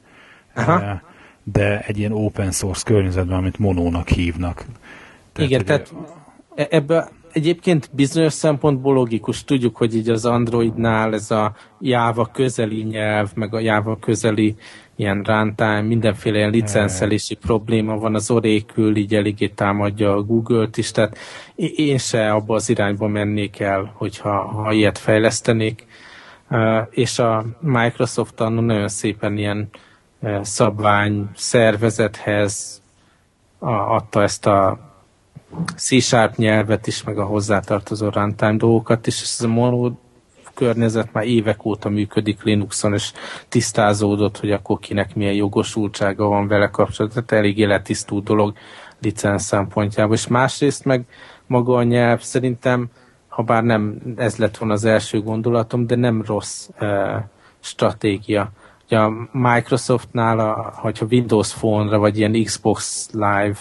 de egy ilyen open source környezetben, amit Monónak hívnak. Igen, tehát ebben egyébként bizonyos szempontból logikus. Tudjuk, hogy így az Androidnál ez a Java közeli nyelv, meg a Java közeli ilyen runtime, mindenféle ilyen licenszelési probléma van, az Oracle így eléggé támadja a Google-t is, tehát én se abba az irányba mennék el, hogyha ilyet fejlesztenék, és a Microsoft nagyon szépen ilyen szabvány szervezethez adta ezt a C# nyelvet is, meg a hozzátartozó runtime dolgokat is, és ez a Mono környezet már évek óta működik Linuxon, és tisztázódott, hogy akkor kinek milyen jogosultsága van vele kapcsolatban, tehát eléggé letisztult dolog licensz szempontjából, és másrészt meg maga a nyelv szerintem, ha bár nem ez lett volna az első gondolatom, de nem rossz stratégia. Ugye a Microsoftnál, hogyha Windows Phone-ra, vagy ilyen Xbox Live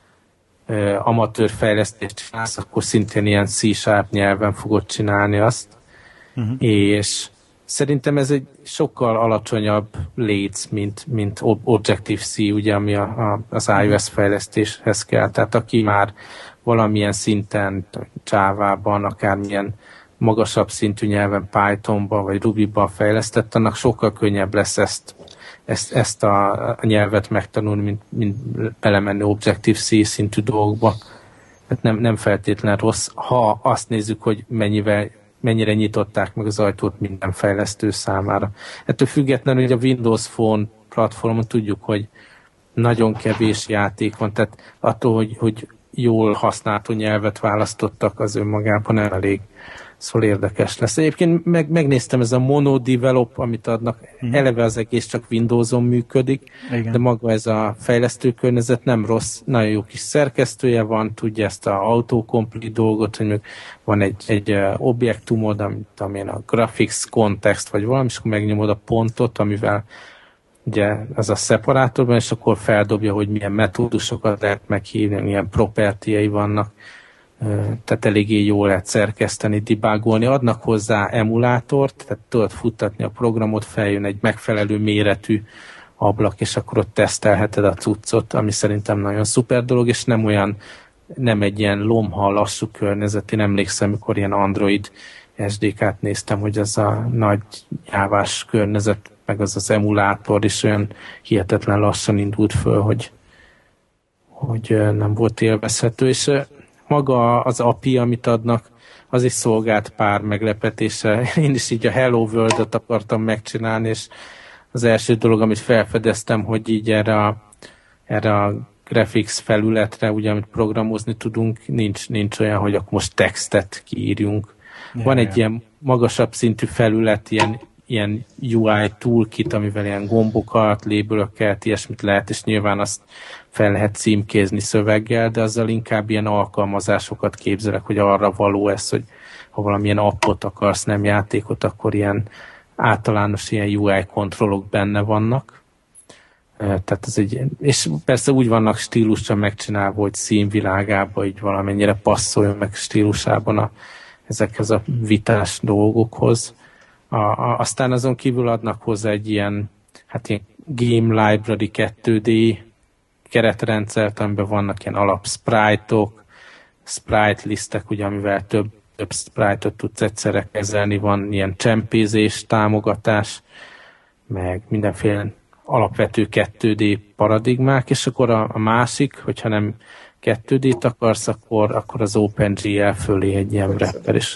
amatőr fejlesztést csinálsz, akkor szintén ilyen C# nyelven fogod csinálni azt. És szerintem ez egy sokkal alacsonyabb léc, mint Objective-C, ugye, ami az iOS fejlesztéshez kell. Tehát aki már valamilyen szinten Java-ban, akármilyen magasabb szintű nyelven, Pythonban vagy Ruby-ban fejlesztett, annak sokkal könnyebb lesz ezt a nyelvet megtanulni, mint belemenni Objective-C szintű dolgokba. Tehát nem feltétlen rossz, ha azt nézzük, hogy mennyire nyitották meg az ajtót minden fejlesztő számára. Ettől függetlenül, hogy a Windows Phone platformon tudjuk, hogy nagyon kevés játék van, tehát attól, hogy jól használható nyelvet választottak, az önmagában nem elég. Szóval érdekes lesz. Egyébként megnéztem, ez a monodevelop, amit adnak, eleve az egész csak Windows-on működik, igen. De maga ez a fejlesztő környezet nem rossz, nagyon jó kis szerkesztője van, tudja ezt a autocomplete dolgot, hogy van egy objektumod, amilyen a graphics context, vagy valami, és akkor megnyomod a pontot, amivel ugye ez a szeparátorban, és akkor feldobja, hogy milyen metódusokat lehet meghívni, milyen propertyjei vannak. Tehát eléggé jól lehet szerkeszteni, debugolni. Adnak hozzá emulátort, tehát tudod futtatni a programot, feljön egy megfelelő méretű ablak, és akkor ott tesztelheted a cuccot, ami szerintem nagyon szuper dolog, és nem egy ilyen lomha, lassú környezet. Én emlékszem, amikor ilyen Android SDK-t néztem, hogy ez a nagy jávás környezet, meg az emulátor is olyan hihetetlen lassan indult föl, hogy nem volt élvezhető, és maga az API, amit adnak, az is szolgált pár meglepetésre. Én is így a Hello World-ot akartam megcsinálni, és az első dolog, amit felfedeztem, hogy így erre a graphics felületre, ugye, amit programozni tudunk, nincs olyan, hogy akkor most textet kiírjunk. Van egy ilyen magasabb szintű felület, ilyen UI toolkit, amivel ilyen gombokat, labelöket, ilyesmit lehet, és nyilván azt fel lehet címkézni szöveggel, de azzal inkább ilyen alkalmazásokat képzelek, hogy arra való ez, hogy ha valamilyen appot akarsz, nem játékot, akkor ilyen általános ilyen UI kontrollok benne vannak. Tehát ez és persze úgy vannak stílusra megcsinálva, hogy színvilágában így valamennyire passzoljon meg stílusában ezekhez a vitás dolgokhoz. Aztán azon kívül adnak hozzá egy ilyen Game Library 2D keretrendszert, amiben vannak ilyen alap sprite-ok, sprite lisztek, ugye, amivel több sprite-ot tudsz egyszerre kezelni, van ilyen csempézés, támogatás, meg mindenféle alapvető 2D paradigmák, és akkor a másik, hogyha nem 2D-t akarsz, akkor az OpenGL fölé egy ilyen wrapper is.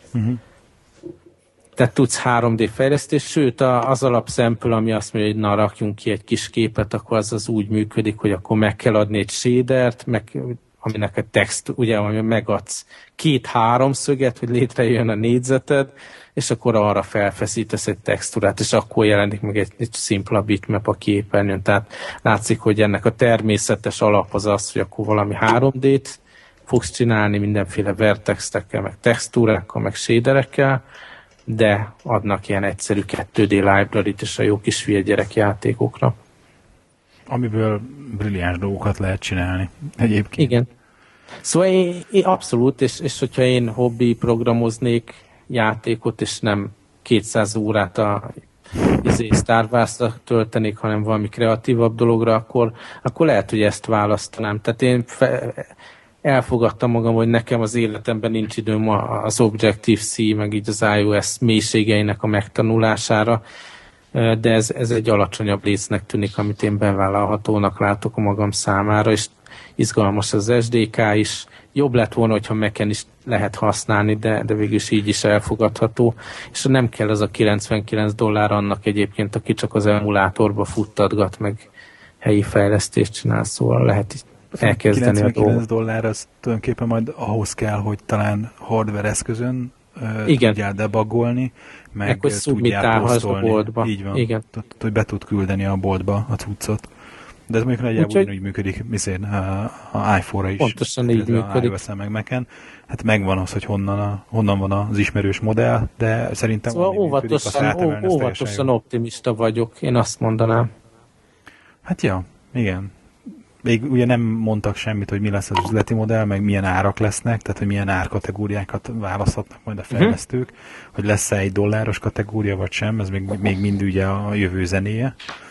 Tehát tudsz 3D fejlesztés, sőt az alapszempül, ami azt mondja, hogy na, rakjunk ki egy kis képet, akkor az úgy működik, hogy akkor meg kell adni egy shadert, aminek a text, ugye, ami megadsz 2-3 szöget, hogy létrejön a négyzeted, és akkor arra felfeszítesz egy textúrát, és akkor jelenik meg egy szimpla bitmap a képernyőn. Tehát látszik, hogy ennek a természetes alap az, hogy akkor valami 3D-t fogsz csinálni mindenféle vertextekkel, meg textúrákkal, meg shaderekkel, de adnak ilyen egyszerű 2D library-t és a jó kis hülye gyerekjátékokra. Amiből brilliáns dolgokat lehet csinálni egyébként. Igen. Szóval én abszolút, és hogyha én hobbi programoznék játékot, és nem 200 órát a Star Wars-ra töltenék, hanem valami kreatívabb dologra, akkor lehet, hogy ezt választanám. Tehát én elfogadtam magam, hogy nekem az életemben nincs időm az Objective-C, meg így az iOS mélységeinek a megtanulására, de ez egy alacsonyabb lécnek tűnik, amit én bevállalhatónak látok a magam számára, és izgalmas az SDK is. Jobb lett volna, hogyha Mac-en is lehet használni, de végül is így is elfogadható, és nem kell az a $99 annak egyébként, aki csak az emulátorba futtatgat, meg helyi fejlesztést csinál, szóval lehet elkezdeni a dolgot. $99 az tulajdonképpen majd ahhoz kell, hogy talán hardware eszközön tudjál debugolni, meg tudjál posztolni. A boltba. Így van. Igen. Hogy be tud küldeni a boltba a cuccot. De ez mondjuk nagyjából ugyanúgy működik a iPhone-ra is. Pontosan így működik. Meg Mac-en. Hát megvan az, hogy honnan van az ismerős modell, de szerintem szóval óvatosan optimista vagyok, én azt mondanám. Hát ja, igen. Még ugye nem mondtak semmit, hogy mi lesz az üzleti modell, meg milyen árak lesznek, tehát hogy milyen árkategóriákat választhatnak majd a fejlesztők, hogy lesz-e $1 kategória vagy sem, ez még mind ugye a jövő zenéje.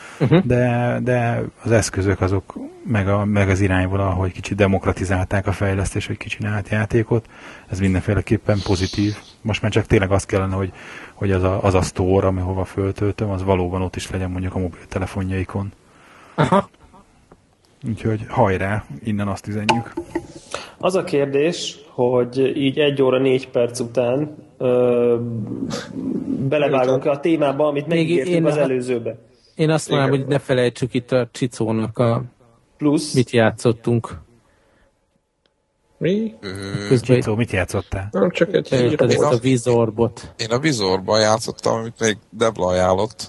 De az eszközök azok, meg az irányvonal, hogy kicsit demokratizálták a fejlesztést, hogy kicsinált játékot, ez mindenféleképpen pozitív. Most már csak tényleg az kellene, hogy az a store, amihova föltöltöm, az valóban ott is legyen mondjuk a mobiltelefonjaikon. Aha. Úgyhogy hajrá, innen azt üzenjük. Az a kérdés, hogy így 1 óra 4 perc után belevágunk a témába, amit megígértünk az előzőbe. Én azt mondom, hogy ne felejtsük itt a Csicónak plusz. Mit játszottunk. Mi? Csicó, mit játszottál? Nem, csak egy a Vizorbot. Én a Vizorban játszottam, amit még Debla ajánlott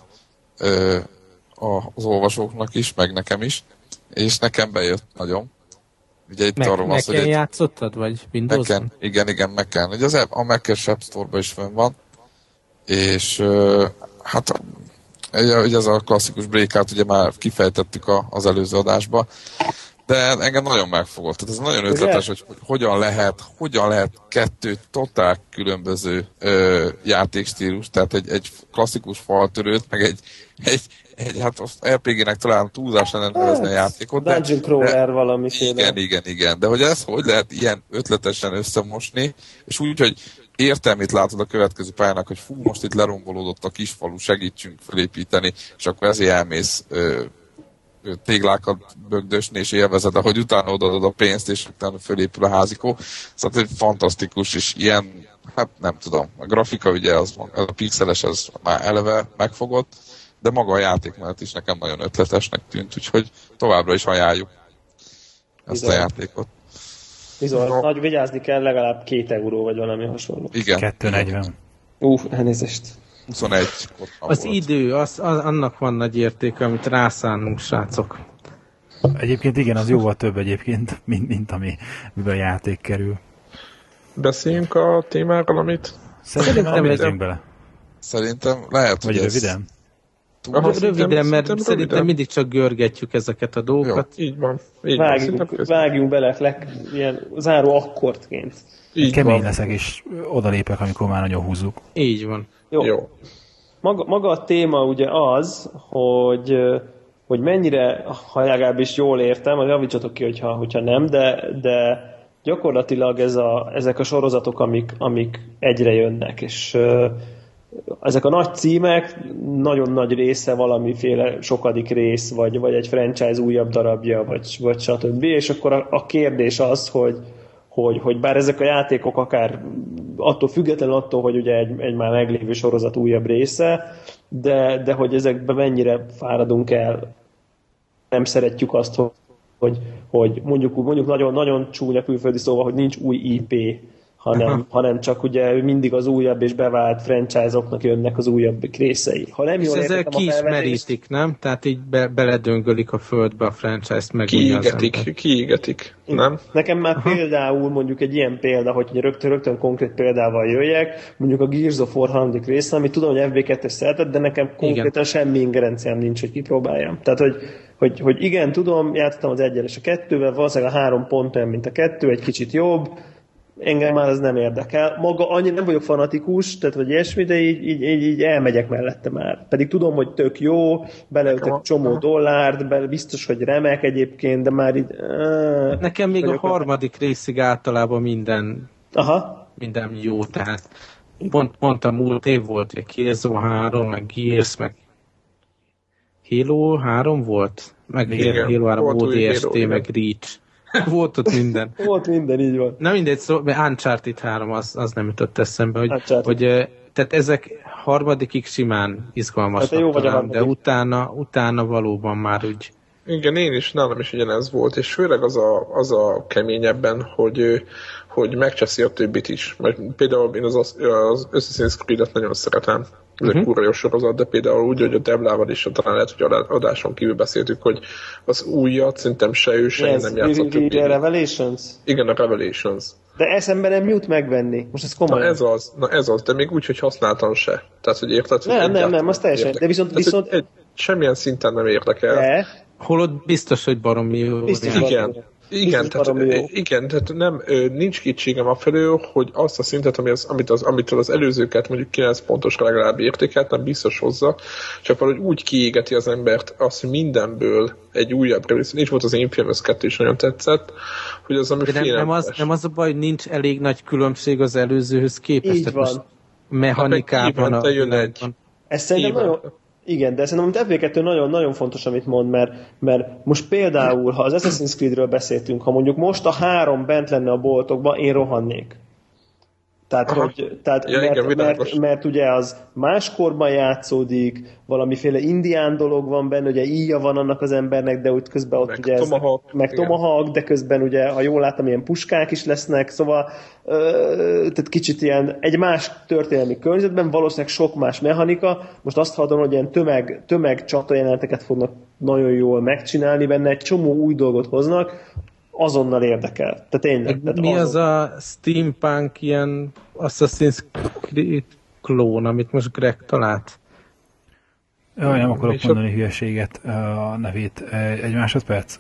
az olvasóknak is, meg nekem is, és nekem bejött nagyon. Ugye itt arról van, hogy játszottad, vagy Windows-on? Igen, Mac-en. Ugye a Mac-es App Store-ban is fönn van, és hát ugye ez a klasszikus breakout, ugye már kifejtettük az előző adásban, de engem nagyon megfogott. Tehát ez nagyon ötletes, hogy hogyan lehet 2 totál különböző játékstílus, tehát egy klasszikus faltörőt, meg egy hát RPG-nek talán túlzás lenne nevezni a játékot. Dungeon Crawler valamiféle. Igen. De hogy hogy lehet ilyen ötletesen összemosni, és úgy, hogy értelmét látod a következő pályának, hogy most itt lerombolódott a kisfalu, segítsünk felépíteni, és akkor ezért elmész téglákat bögdösni, és élvezed, ahogy utána odaadod a pénzt, és utána fölépül a házikó. Szóval egy fantasztikus, és ilyen, hát nem tudom, a grafika ugye, a pixeles, az már eleve megfogott, de maga a játék mellett is nekem nagyon ötletesnek tűnt, úgyhogy továbbra is ajánljuk ezt a játékot. Bizony, nagy vigyázni kell, legalább 2 euró, vagy valami hasonló. Igen. 2,40. Elnézést. 21. Az idő, annak van nagy értéke, amit rászánunk, srácok. Egyébként igen, az jóval több egyébként, mint miben a játék kerül. Beszéljünk a témáról, amit... Szerintem nem megyünk bele. Szerintem lehet, vagy röviden? Röviden, mert szerintem mindig csak görgetjük ezeket a dolgokat. Jó, így van. Vágjunk bele ilyen záró akkordként. Kemény leszek, és odalépek, amikor már nagyon húzzuk. Így van. Jó. Maga a téma ugye az, hogy mennyire, ha legalábbis jól értem, javítsatok ki, hogyha nem, de gyakorlatilag ezek a sorozatok, amik egyre jönnek, és ezek a nagy címek, nagyon nagy része valamiféle sokadik rész, vagy egy franchise újabb darabja, vagy stb. És akkor a kérdés az, hogy bár ezek a játékok akár függetlenül attól, hogy ugye egy már meglévő sorozat újabb része, de hogy ezekben mennyire fáradunk el, nem szeretjük azt, hogy mondjuk nagyon, nagyon csúnya külföldi szóval, hogy nincs új IP, hanem csak ugye mindig az újabb és bevált franchise-oknak jönnek az újabb részei. Ha nem jól ezzel ki is merítik, nem? Tehát így beledöngölik a földbe a franchise-t, meg kiégetik, nem? Nekem már például mondjuk egy ilyen példa, hogy rögtön konkrét példával jöjjek, mondjuk a Gears of War 3. része, amit tudom, hogy FB2-es szeretett, de nekem konkrétan semmi ingerenciám nincs, hogy kipróbáljam. Tehát, hogy igen, tudom, játszottam az 1-el és a 2-vel, valószínűleg a 3 pont olyan, mint a 2, egy kicsit jobb, engem már ez nem érdekel. Maga annyira nem vagyok fanatikus, tehát vagy ilyesmi, de így elmegyek mellette már. Pedig tudom, hogy tök jó, beleütek csomó dollárt, biztos, hogy remek egyébként, de már így... Nekem még a 3. részig általában minden jó, tehát pont a múlt év volt, hogy Killzone 3, meg Gears, meg Halo 3 volt? Meg Halo 3 ODST, meg Reach. Volt ott minden. Volt minden, így van. Na mindegy, szóval Uncharted 3 az nem jutott eszembe, hogy tehát ezek 3. simán izgalmasak talán, de utána valóban már úgy... Igen, nálam is ugyanez volt, és főleg az a keményebben, hogy megcseszi a többit is. Mert például én az Assassin's Creed-et nagyon szeretem. Ez egy kurva jó sorozat, de például úgy, hogy a Deblával is talán lehet, hogy adáson kívül beszéltük, hogy az újat szerintem se ő, se én nem játszott többé. A Revelations? Igen, a Revelations. De eszembe nem jut megvenni. Most ez komolyan. Na ez az, de még úgy, hogy használtam se. Tehát, hogy érted? Nem, az teljesen. De viszont... Semmilyen szinten nem érdekel. De? Holott biztos, hogy baromi jó. Igen, tehát nem, nincs kétségem afelől, hogy azt a szintet, amitől az előzőket mondjuk 9 pontosra legalább értékelt, nem biztos hozza, csak valahogy úgy kiégeti az embert azt, hogy mindenből egy újabb rész. Nincs volt az Infamous 2 is nagyon tetszett, hogy az, ami nem az a baj, hogy nincs elég nagy különbség az előzőhöz képest. Így van. Mechanikában jön egy. Ez szerintem nagyon... Igen, de szerintem a FB2 nagyon-nagyon fontos, amit mond, mert most például, ha az Assassin's Creedről beszéltünk, ha mondjuk most a 3 bent lenne a boltokban, én rohannék. Mert ugye az máskorban játszódik, valamiféle indián dolog van benne, ugye íja van annak az embernek, de úgy közben ott ugye Tomahawk, de közben ugye, ha jól láttam, ilyen puskák is lesznek, szóval tehát kicsit ilyen egy más történelmi környezetben, valószínűleg sok más mechanika. Most azt hallom, hogy ilyen tömeg csatajeleneteket fognak nagyon jól megcsinálni benne, egy csomó új dolgot hoznak, azonnal érdekel. Tehát tényleg. Mi az a steampunk ilyen Assassin's Creed klón, amit most Greg talált? Jaj, nem akarok mondani hülyeséget a nevét. Egy másodperc.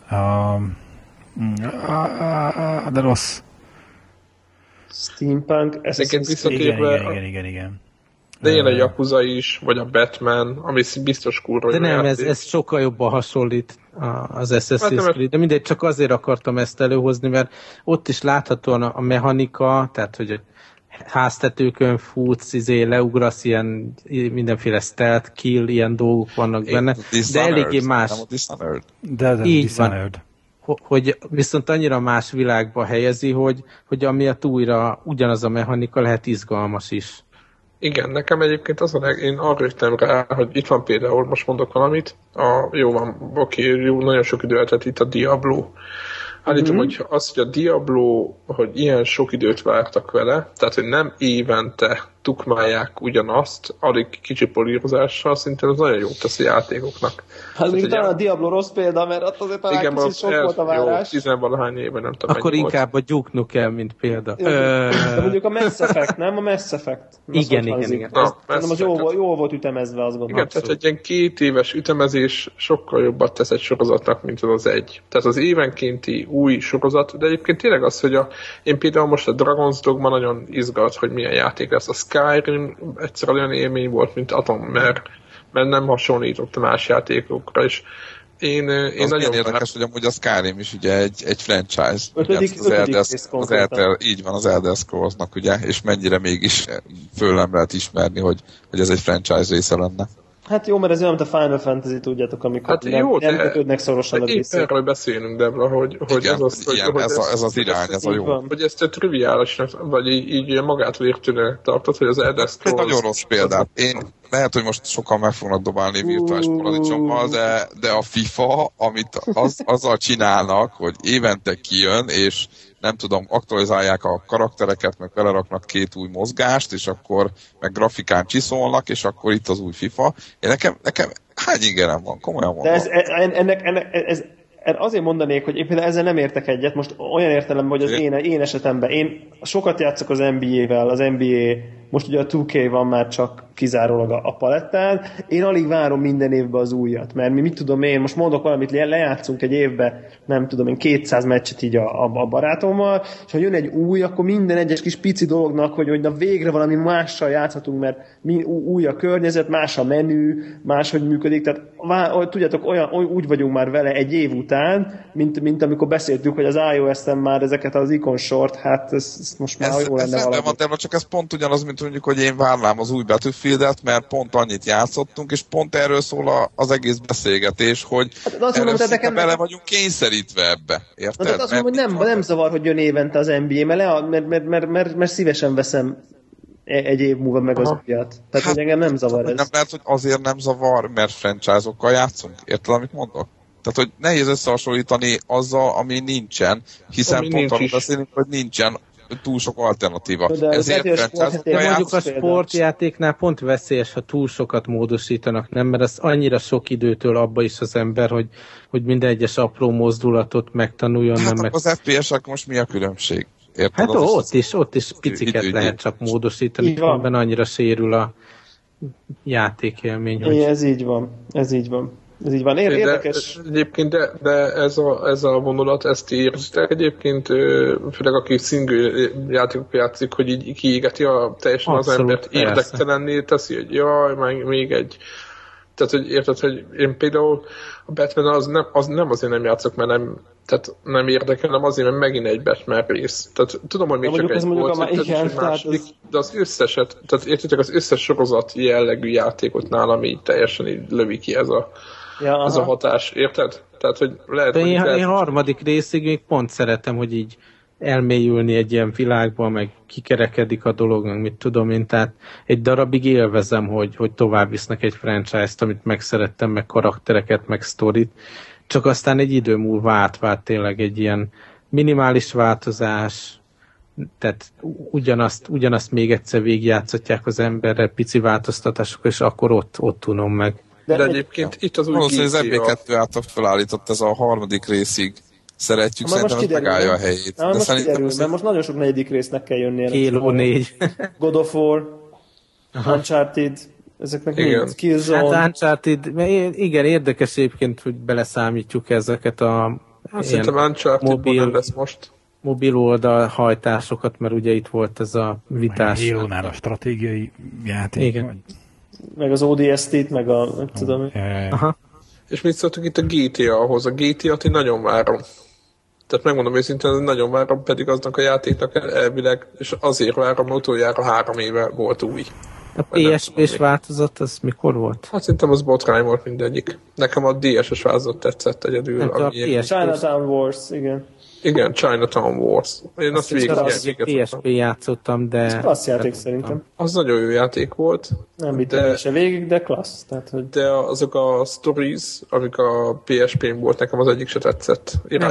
De rossz. Steampunk, igen. De ilyen a Yakuza is, vagy a Batman, ami biztos kurva. De nem, ez sokkal jobban hasonlít az Assassin's Creed, de mindegy, csak azért akartam ezt előhozni, mert ott is láthatóan a mechanika, tehát hogy háztetőkön futsz, leugrasz, ilyen mindenféle stealth kill, ilyen dolgok vannak benne, de eléggé más. De Dishonored. Hogy viszont annyira más világba helyezi, hogy amiatt újra ugyanaz a mechanika lehet izgalmas is. Igen, nekem egyébként én arra jöttem rá, hogy itt van például, most mondok valamit, nagyon sok idő eltelt itt a Diablo. Állítom, hogy az, hogy a Diablo, hogy ilyen sok időt vártak vele, tehát, hogy nem évente tukmálják ugyanazt, alig kicsi polírozással, szintén az nagyon jót tesz a játékoknak. Hát még talán a Diablo rossz példa, mert ott azért talán kicsit sok volt a várás. Jó, 10-valahány éve, nem tudom. Akkor inkább a Duke Nukem, mint példa. De mondjuk a Mass Effect, nem? A Mass Effect. Igen. Az jól volt ütemezve, azt gondolom. Igen, tehát egy ilyen 2 éves ütemezés sokkal jobbat tesz egy sorozatnak, mint az egy. Tehát az évenkénti új sorozat, de egyébként tényleg az, hogy én például most a Dragon's Dogma nagyon izgat, hogy milyen játék lesz. A Skyrim egyszer olyan élmény volt, mint Atom, mert nem hasonlított más játékokra, és én nagyon érdekes, hogy amúgy a Skyrim is ugye egy franchise. Így van, az Elder Scrolls-nak, ugye, és mennyire mégis föl nem lehet ismerni, hogy ez egy franchise része lenne. Hát jó, mert ez olyan, mint a Final Fantasy, tudjátok, amikor nem kötődnek szorosan a részét. Erről beszélünk, Debra, hogy igen, ez az irány, ez a jó. Hogy ezt a triviálisnak, vagy így magától értőnek tartod, hogy az Elder Scrolls... Egy nagyon rossz példát. Lehet, hogy most sokan meg fognak dobálni virtuális paradicsommal, de a FIFA, amit azzal csinálnak, hogy évente kijön, és nem tudom, aktualizálják a karaktereket, meg beleraknak 2 új mozgást, és akkor meg grafikán csiszolnak, és akkor itt az új FIFA. Nekem hány ingerem van, komolyan mondom. De azért mondanék, hogy én például ezzel nem értek egyet, most olyan értelemben, hogy az én esetemben, én sokat játszok az NBA-vel, az NBA, most ugye a 2K van már csak kizárólag a palettán, én alig várom minden évben az újat, mert mit tudom én, most mondok valamit, lejátszunk egy évbe, nem tudom én, 200 meccset így a barátommal, és ha jön egy új, akkor minden egyes kis pici dolognak, hogy na végre valami mással játszhatunk, mert új a környezet, más a menü, máshogy működik, tehát tudjátok, úgy vagyunk már vele egy év után, mint amikor beszéltük, hogy az iOS-en már ezeket az ikonsort, hát ez most már jó lenne valami. Van, csak ez pont ugyanaz, mint mondjuk, hogy én várnám az új Battlefieldet, mert pont annyit játszottunk, és pont erről szól az egész beszélgetés, hogy hát bele vagyunk kényszerítve ebbe. Érted? De azt mondom, hogy nem zavar, hogy jön évente az NBA, mert szívesen veszem egy év múlva meg az újat. Tehát, hogy engem nem zavar ez. Nem lehet, hogy azért nem zavar, mert franchise-okkal játszunk. Érted, amit mondok? Tehát, hogy nehéz összehasonlítani azzal, ami nincsen, hiszen ami pont arról beszélünk, hogy nincsen túl sok alternatíva. Ezért mondjuk a sportjátéknál pont veszélyes, ha túl sokat módosítanak, nem? Mert ez annyira sok időtől abba is az ember, hogy minden egyes apró mozdulatot megtanuljon. Hát nem az FPS-ek most mi a különbség? Érted? Hát ott is piciket lehet csak módosítani, különben annyira sérül a játékélmény. Hogy... Ez így van. Érdekes. Egyébként, de ez a vonulat, ezt érzitek egyébként, főleg aki single játékok játszik, hogy így kiégeti teljesen abszolút, az embert, érdektelenné teszi, hogy jaj, még egy Tehát, hogy érted, hogy én például a Batman az nem azért nem játszok, mert nem érdekel, hanem azért, mert megint egy Batman rész. Tehát tudom, hogy még csak egy volt, de az összeset, tehát értitek, az összes sorozat jellegű játékot nálam így teljesen így lövi ki ez a hatás, érted? Tehát, hogy lehet, de én harmadik részig még pont szeretem, hogy így elmélyülni egy ilyen világba, meg kikerekedik a dolog, meg mit tudom én, tehát egy darabig élvezem, hogy tovább visznek egy franchise-t, amit megszerettem, meg karaktereket, meg sztorit, csak aztán egy idő múlva átvált tényleg egy ilyen minimális változás, tehát ugyanazt még egyszer végigjátszatják az emberre, pici változtatások, és akkor ott tudom meg. De egyébként itt az úgy az MB2 által felállított ez a harmadik részig szeretjük, szerintem ez megállja a helyét. De most kiderül, mert most nagyon sok negyedik résznek kell jönni. Halo 4. God of War, Uncharted, ezeknek mind. Killzone. Hát Uncharted, igen, érdekes egyébként, hogy beleszámítjuk ezeket a szerintem Uncharted nem lesz most. Mobil oldalhajtásokat, mert ugye itt volt ez a vitás. Halo-nál a stratégiai játék. Igen. Meg az ODST-t, meg a nem tudom. Aha. És mit szóltuk itt a GTA-hoz? A GTA-t én nagyon várom. Tehát megmondom őszintén, nagyon várom, pedig aznak a játéknak elvileg, és azért várom, utoljára 3 éve volt új. A PSP-s változat, az mikor volt? Hát szerintem az botrány volt mindegyik. Nekem a DS-es változat tetszett egyedül. Chinatown Wars, igen. Igen, Chinatown Wars. Én azt PSP játszottam, de... Ez klassz játék szerintem. Az nagyon jó játék volt. Nem vittem se végig, de klassz. Tehát, hogy... De azok a stories, amik a PSP-n volt, nekem az egyik se tetszett.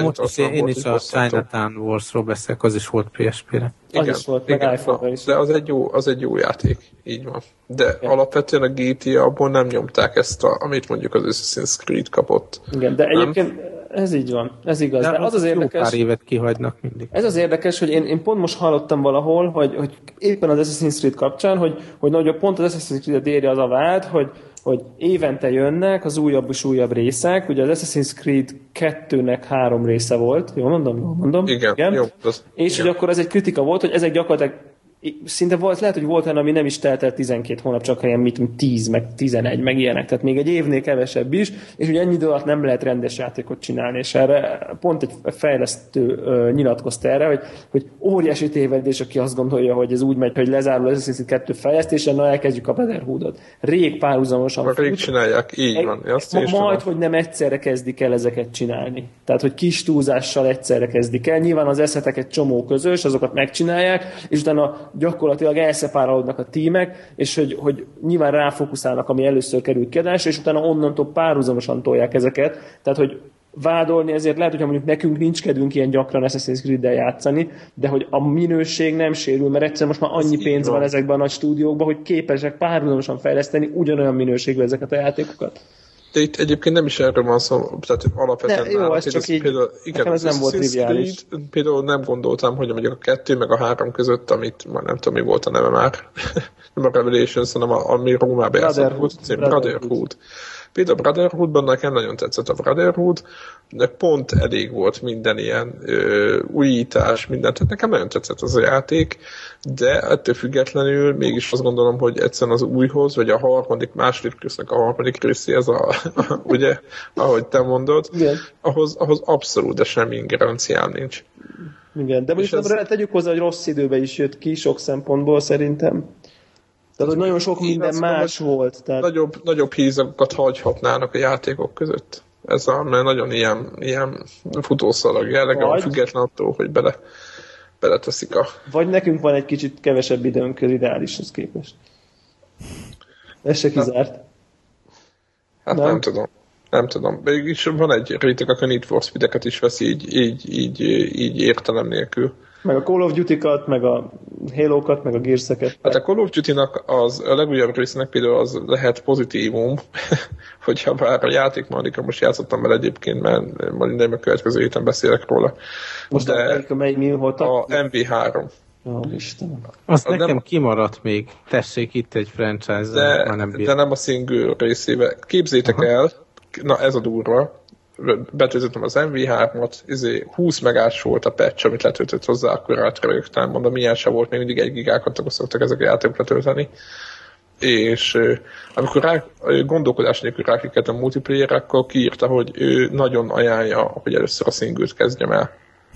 Én is a Chinatown Wars-ról beszélek, az is volt PSP-re. Igen, az is volt, meg iPhone-ra is. De az egy jó játék, így van. De alapvetően a GTA abból nem nyomták ezt, amit mondjuk az Assassin's Creed kapott. Igen, de egyébként ez így van, ez igaz. De az érdekes, pár évet kihagynak mindig. Ez az érdekes, hogy én pont most hallottam valahol, hogy éppen az Assassin's Creed kapcsán, hogy pont az Assassin's Creed-et éri az a vád, hogy évente jönnek az újabb és újabb részek. Ugye az Assassin's Creed 2-nek 3 része volt, jól mondom? Igen. Jó, és hogy akkor ez egy kritika volt, hogy ezek gyakorlatilag szinte volt, lehet, hogy volt olyan, ami nem is telt el 12 hónap, csak ilyen 10, meg 11, meg ilyenek, tehát még egy évnél kevesebb is, és ugye ennyi idő alatt nem lehet rendes játékot csinálni, és erre pont egy fejlesztő nyilatkozta erre, hogy óriási tévedés, aki azt gondolja, hogy ez úgy megy, hogy lezárul az Assassin's 2 fejlesztése, na elkezdjük a Brotherhoodot. Rég párhuzamosan rég csinálják, így van. Majd, hogy nem egyszerre kezdik el ezeket csinálni. Tehát, hogy kis túlzással egyszerre kezdik el. Nyilván az eszetek egy csomó közös, azokat megcsinálják, és utána gyakorlatilag elszepárolódnak a tímek, és hogy nyilván ráfókuszálnak, ami először került kiadásra, és utána onnantól párhuzamosan tolják ezeket. Tehát, hogy vádolni ezért lehet, hogyha mondjuk nekünk nincs kedvünk ilyen gyakran Assassin's Creed-del játszani, de hogy a minőség nem sérül, mert egyszer most már annyi pénz van ezekben a nagy stúdiókban, hogy képesek párhuzamosan fejleszteni ugyanolyan minőségű ezeket a játékokat. De itt egyébként nem is erről van szó, tehát alapvetően... De jó, ez csak így, például, igen, ez nem volt triviális. Például nem gondoltam, hogy mondjuk a 2 meg a 3 között, amit már nem tudom, mi volt a neve már, nem a Revelations, hanem ami Rómában játszott, Brotherhood. Például a Brotherhoodban nekem nagyon tetszett a Brotherhood, de pont elég volt minden ilyen újítás, mindent. Tehát nekem nagyon tetszett az a játék, de ettől függetlenül mégis azt gondolom, hogy egyszerűen az újhoz, vagy a második résznek a harmadik részéhez, ugye, ahogy te mondod, ahhoz abszolút, de semmi ingerenciám nincs. Igen, de most tegyük hozzá, hogy rossz időben is jött ki sok szempontból szerintem. Tehát, hogy nagyon sok minden más volt. Tehát... Nagyobb hízakat hagyhatnának a játékok között. Ez mert nagyon ilyen futószalag jelleg, független attól, hogy beleteszik a... Vagy nekünk van egy kicsit kevesebb időnk az ideálishoz képest. Ez se kizárt. Hát nem tudom. Mégis van egy réteg, aki Need for Speed-eket is vesz így értelem nélkül. Meg a Call of Duty-kat, meg a Halo-kat, meg a Gears-eket. Hát a Call of Duty-nak a legújabb résznek például az lehet pozitívum, hogyha bár a játék most játszottam vele egyébként, mert majd minden a következő héten beszélek róla. Most mi volt a MV3. Istenem. Azt nekem nem... kimaradt még. Tessék, itt egy franchise. De nem a single részébe. Képzétek el, na ez a durva, betöltöttem az MV3-ot, 20 megás volt a patch, amit letöltött hozzá, akkor átrögtem, mondom, milyen se volt, még mindig 1 gigákat szoktak ezek a játékok letölteni. és amikor gondolkodás nélkül ráklikkelt a multiplayer-re, akkor kiírta, hogy ő nagyon ajánlja, hogy először a singlet kezdjem el.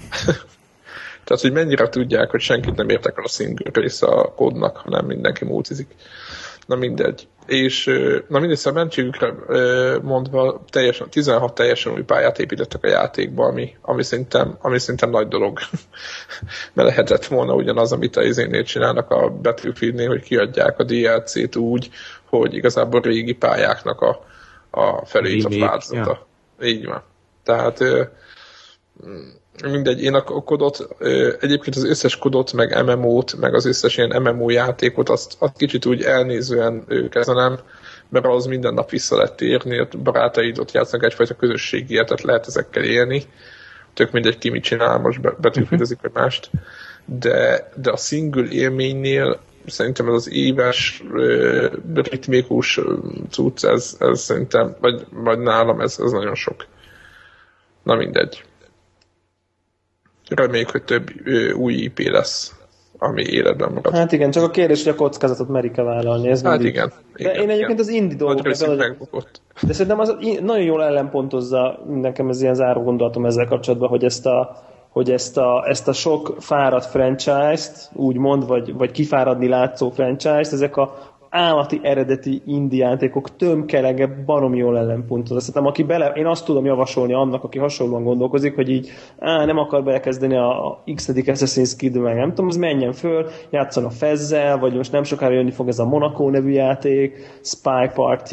Tehát, hogy mennyire tudják, hogy senkit nem értek el a single része a kódnak, hanem mindenki multizik. Na mindegy. És na mindegy, szerencségükre mondva 16 teljesen új pályát építettek a játékba, ami szerintem nagy dolog. Mert lehetett volna ugyanaz, amit a izénél csinálnak a Battlefieldnél, hogy kiadják a DLC-t úgy, hogy igazából régi pályáknak a felújított változata. Ja. Így van. Tehát mindegy, én a kodot, egyébként az összes kodot, meg MMO-t, meg az összes ilyen MMO játékot, azt kicsit úgy elnézően kezelem, mert az minden nap vissza lehet térni, barátaid ott játszanak egyfajta közösségi életet, lehet ezekkel élni. Tök mindegy, ki mit csinál, most betűfidezik vagy mást. De a single élménynél szerintem ez az éves ritmikus cucc, ez szerintem, vagy nálam ez nagyon sok. Na mindegy. Reméljük, hogy több új IP lesz, ami életben marad. Hát igen, csak a kérdés, hogy a kockázatot merik-e vállalni. Ez hát igen. De én egyébként az indie dolgokat... De szerintem az nagyon jól ellenpontozza, nekem ez ilyen záró gondolatom ezzel kapcsolatban, hogy ezt a sok fáradt franchise-t, úgymond, vagy kifáradni látszó franchise-t, ezek a állati eredeti indie játékok tömkelege baromi jól ellenpontozza. Szerintem én azt tudom javasolni annak, aki hasonlóan gondolkozik, hogy így nem akar belekezdeni a x-edik Assassin's Creed, meg nem tudom, az menjen föl, játszon a Fezzel, vagy most nem sokára jönni fog ez a Monaco nevű játék, Spy Party,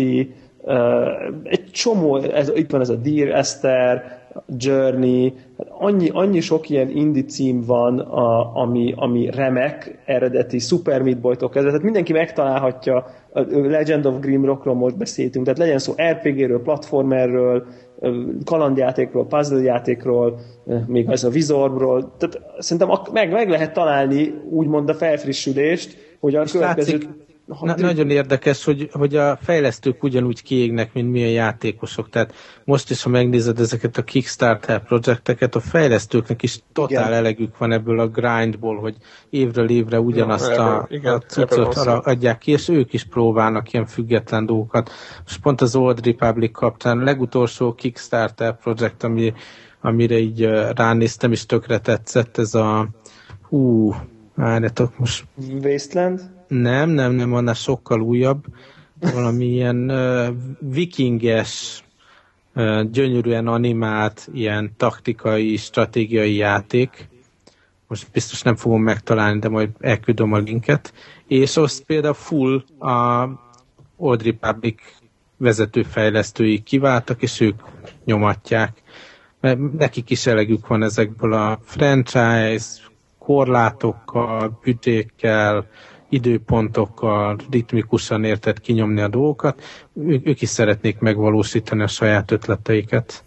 egy csomó, itt van ez a Dear Esther, Journey, annyi sok ilyen indie cím van, ami remek, eredeti, Super Meat Boy-tól kezdve, tehát mindenki megtalálhatja, a Legend of Grimrockról most beszéltünk, tehát legyen szó RPG-ről, platformerről, kalandjátékról, puzzle játékról, még ez a Vizorbról, tehát szerintem meg lehet találni úgymond a felfrissülést, hogy a következő... Nagyon érdekes, hogy a fejlesztők ugyanúgy kiégnek, mint mi a játékosok. Tehát most is, ha megnézed ezeket a Kickstarter projekteket, a fejlesztőknek is totál elegük van ebből a grindból, hogy évről évre ugyanazt a cuccot adják ki, és ők is próbálnak ilyen független dolgokat. Most pont az Old Republic kapcsán a legutolsó Kickstarter projekt, amire így ránéztem, és tökre tetszett, ez a várjatok most... Wasteland? Nem, annál sokkal újabb. Valami ilyen vikinges, gyönyörűen animált, ilyen taktikai, stratégiai játék. Most biztos nem fogom megtalálni, de majd elküldöm a linket. És azt például full a Old Republic vezetőfejlesztői kiváltak, és ők nyomatják. Mert nekik is elegük van ezekből a franchise, korlátokkal, büdzsékkel, időpontokkal, ritmikusan érted kinyomni a dolgokat, ők is szeretnék megvalósítani a saját ötleteiket.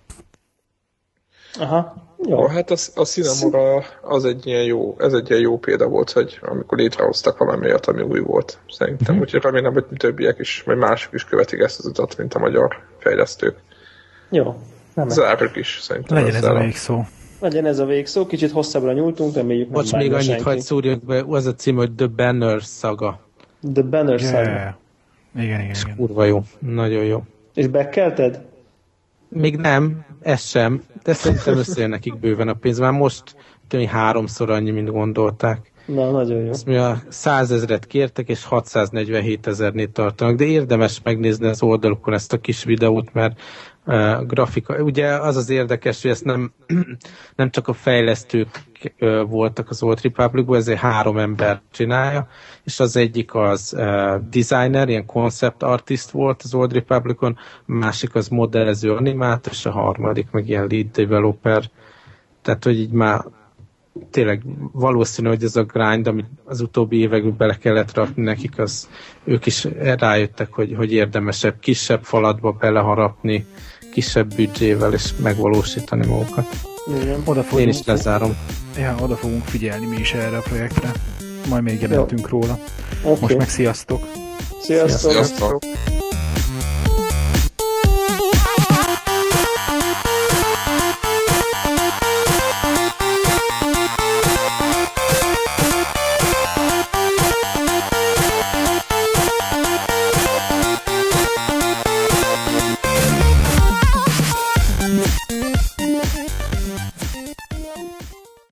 Aha, jó. Hát a Cinemora az egy ilyen jó példa volt, hogy amikor létrehoztak valamiért, ami új volt. Szerintem, úgyhogy remélem, hogy többiek is, vagy mások is követik ezt az utat, mint a magyar fejlesztők. Jó. Zárjuk is, szerintem. Legyen ez a végszó. Legyen ez a végszó, kicsit hosszabbra nyúltunk, reméljük nem. Most még annyit hagy szúrjak be, az a cím, hogy The Banner Saga. The Banner Saga. Igen. Kurva jó, nagyon jó. És bekelted? Még nem, ez sem, de szerintem összejön nekik bőven a pénz. Már most 3-szor annyi, mint gondolták. Na, nagyon jó. Azt mondja, 100 000 kértek, és 647 000-nél tartanak, de érdemes megnézni az oldalukon ezt a kis videót, mert grafika. Ugye az érdekes, hogy ezt nem csak a fejlesztők voltak az Old Republicban, ezért 3 ember csinálja, és az egyik az designer, ilyen concept artist volt az Old Republicon, a másik az modellező animátor, és a harmadik meg ilyen lead developer. Tehát, hogy így már tényleg valószínű, hogy ez a grind, amit az utóbbi években bele kellett rakni nekik, ők is rájöttek, hogy érdemesebb, kisebb falatba beleharapni, kisebb büdzsével, és megvalósítani magukat. Én is lezárom. Ja, oda fogunk figyelni mi is erre a projektre. Majd még jelentünk róla. Okay. Most meg sziasztok! Sziasztok!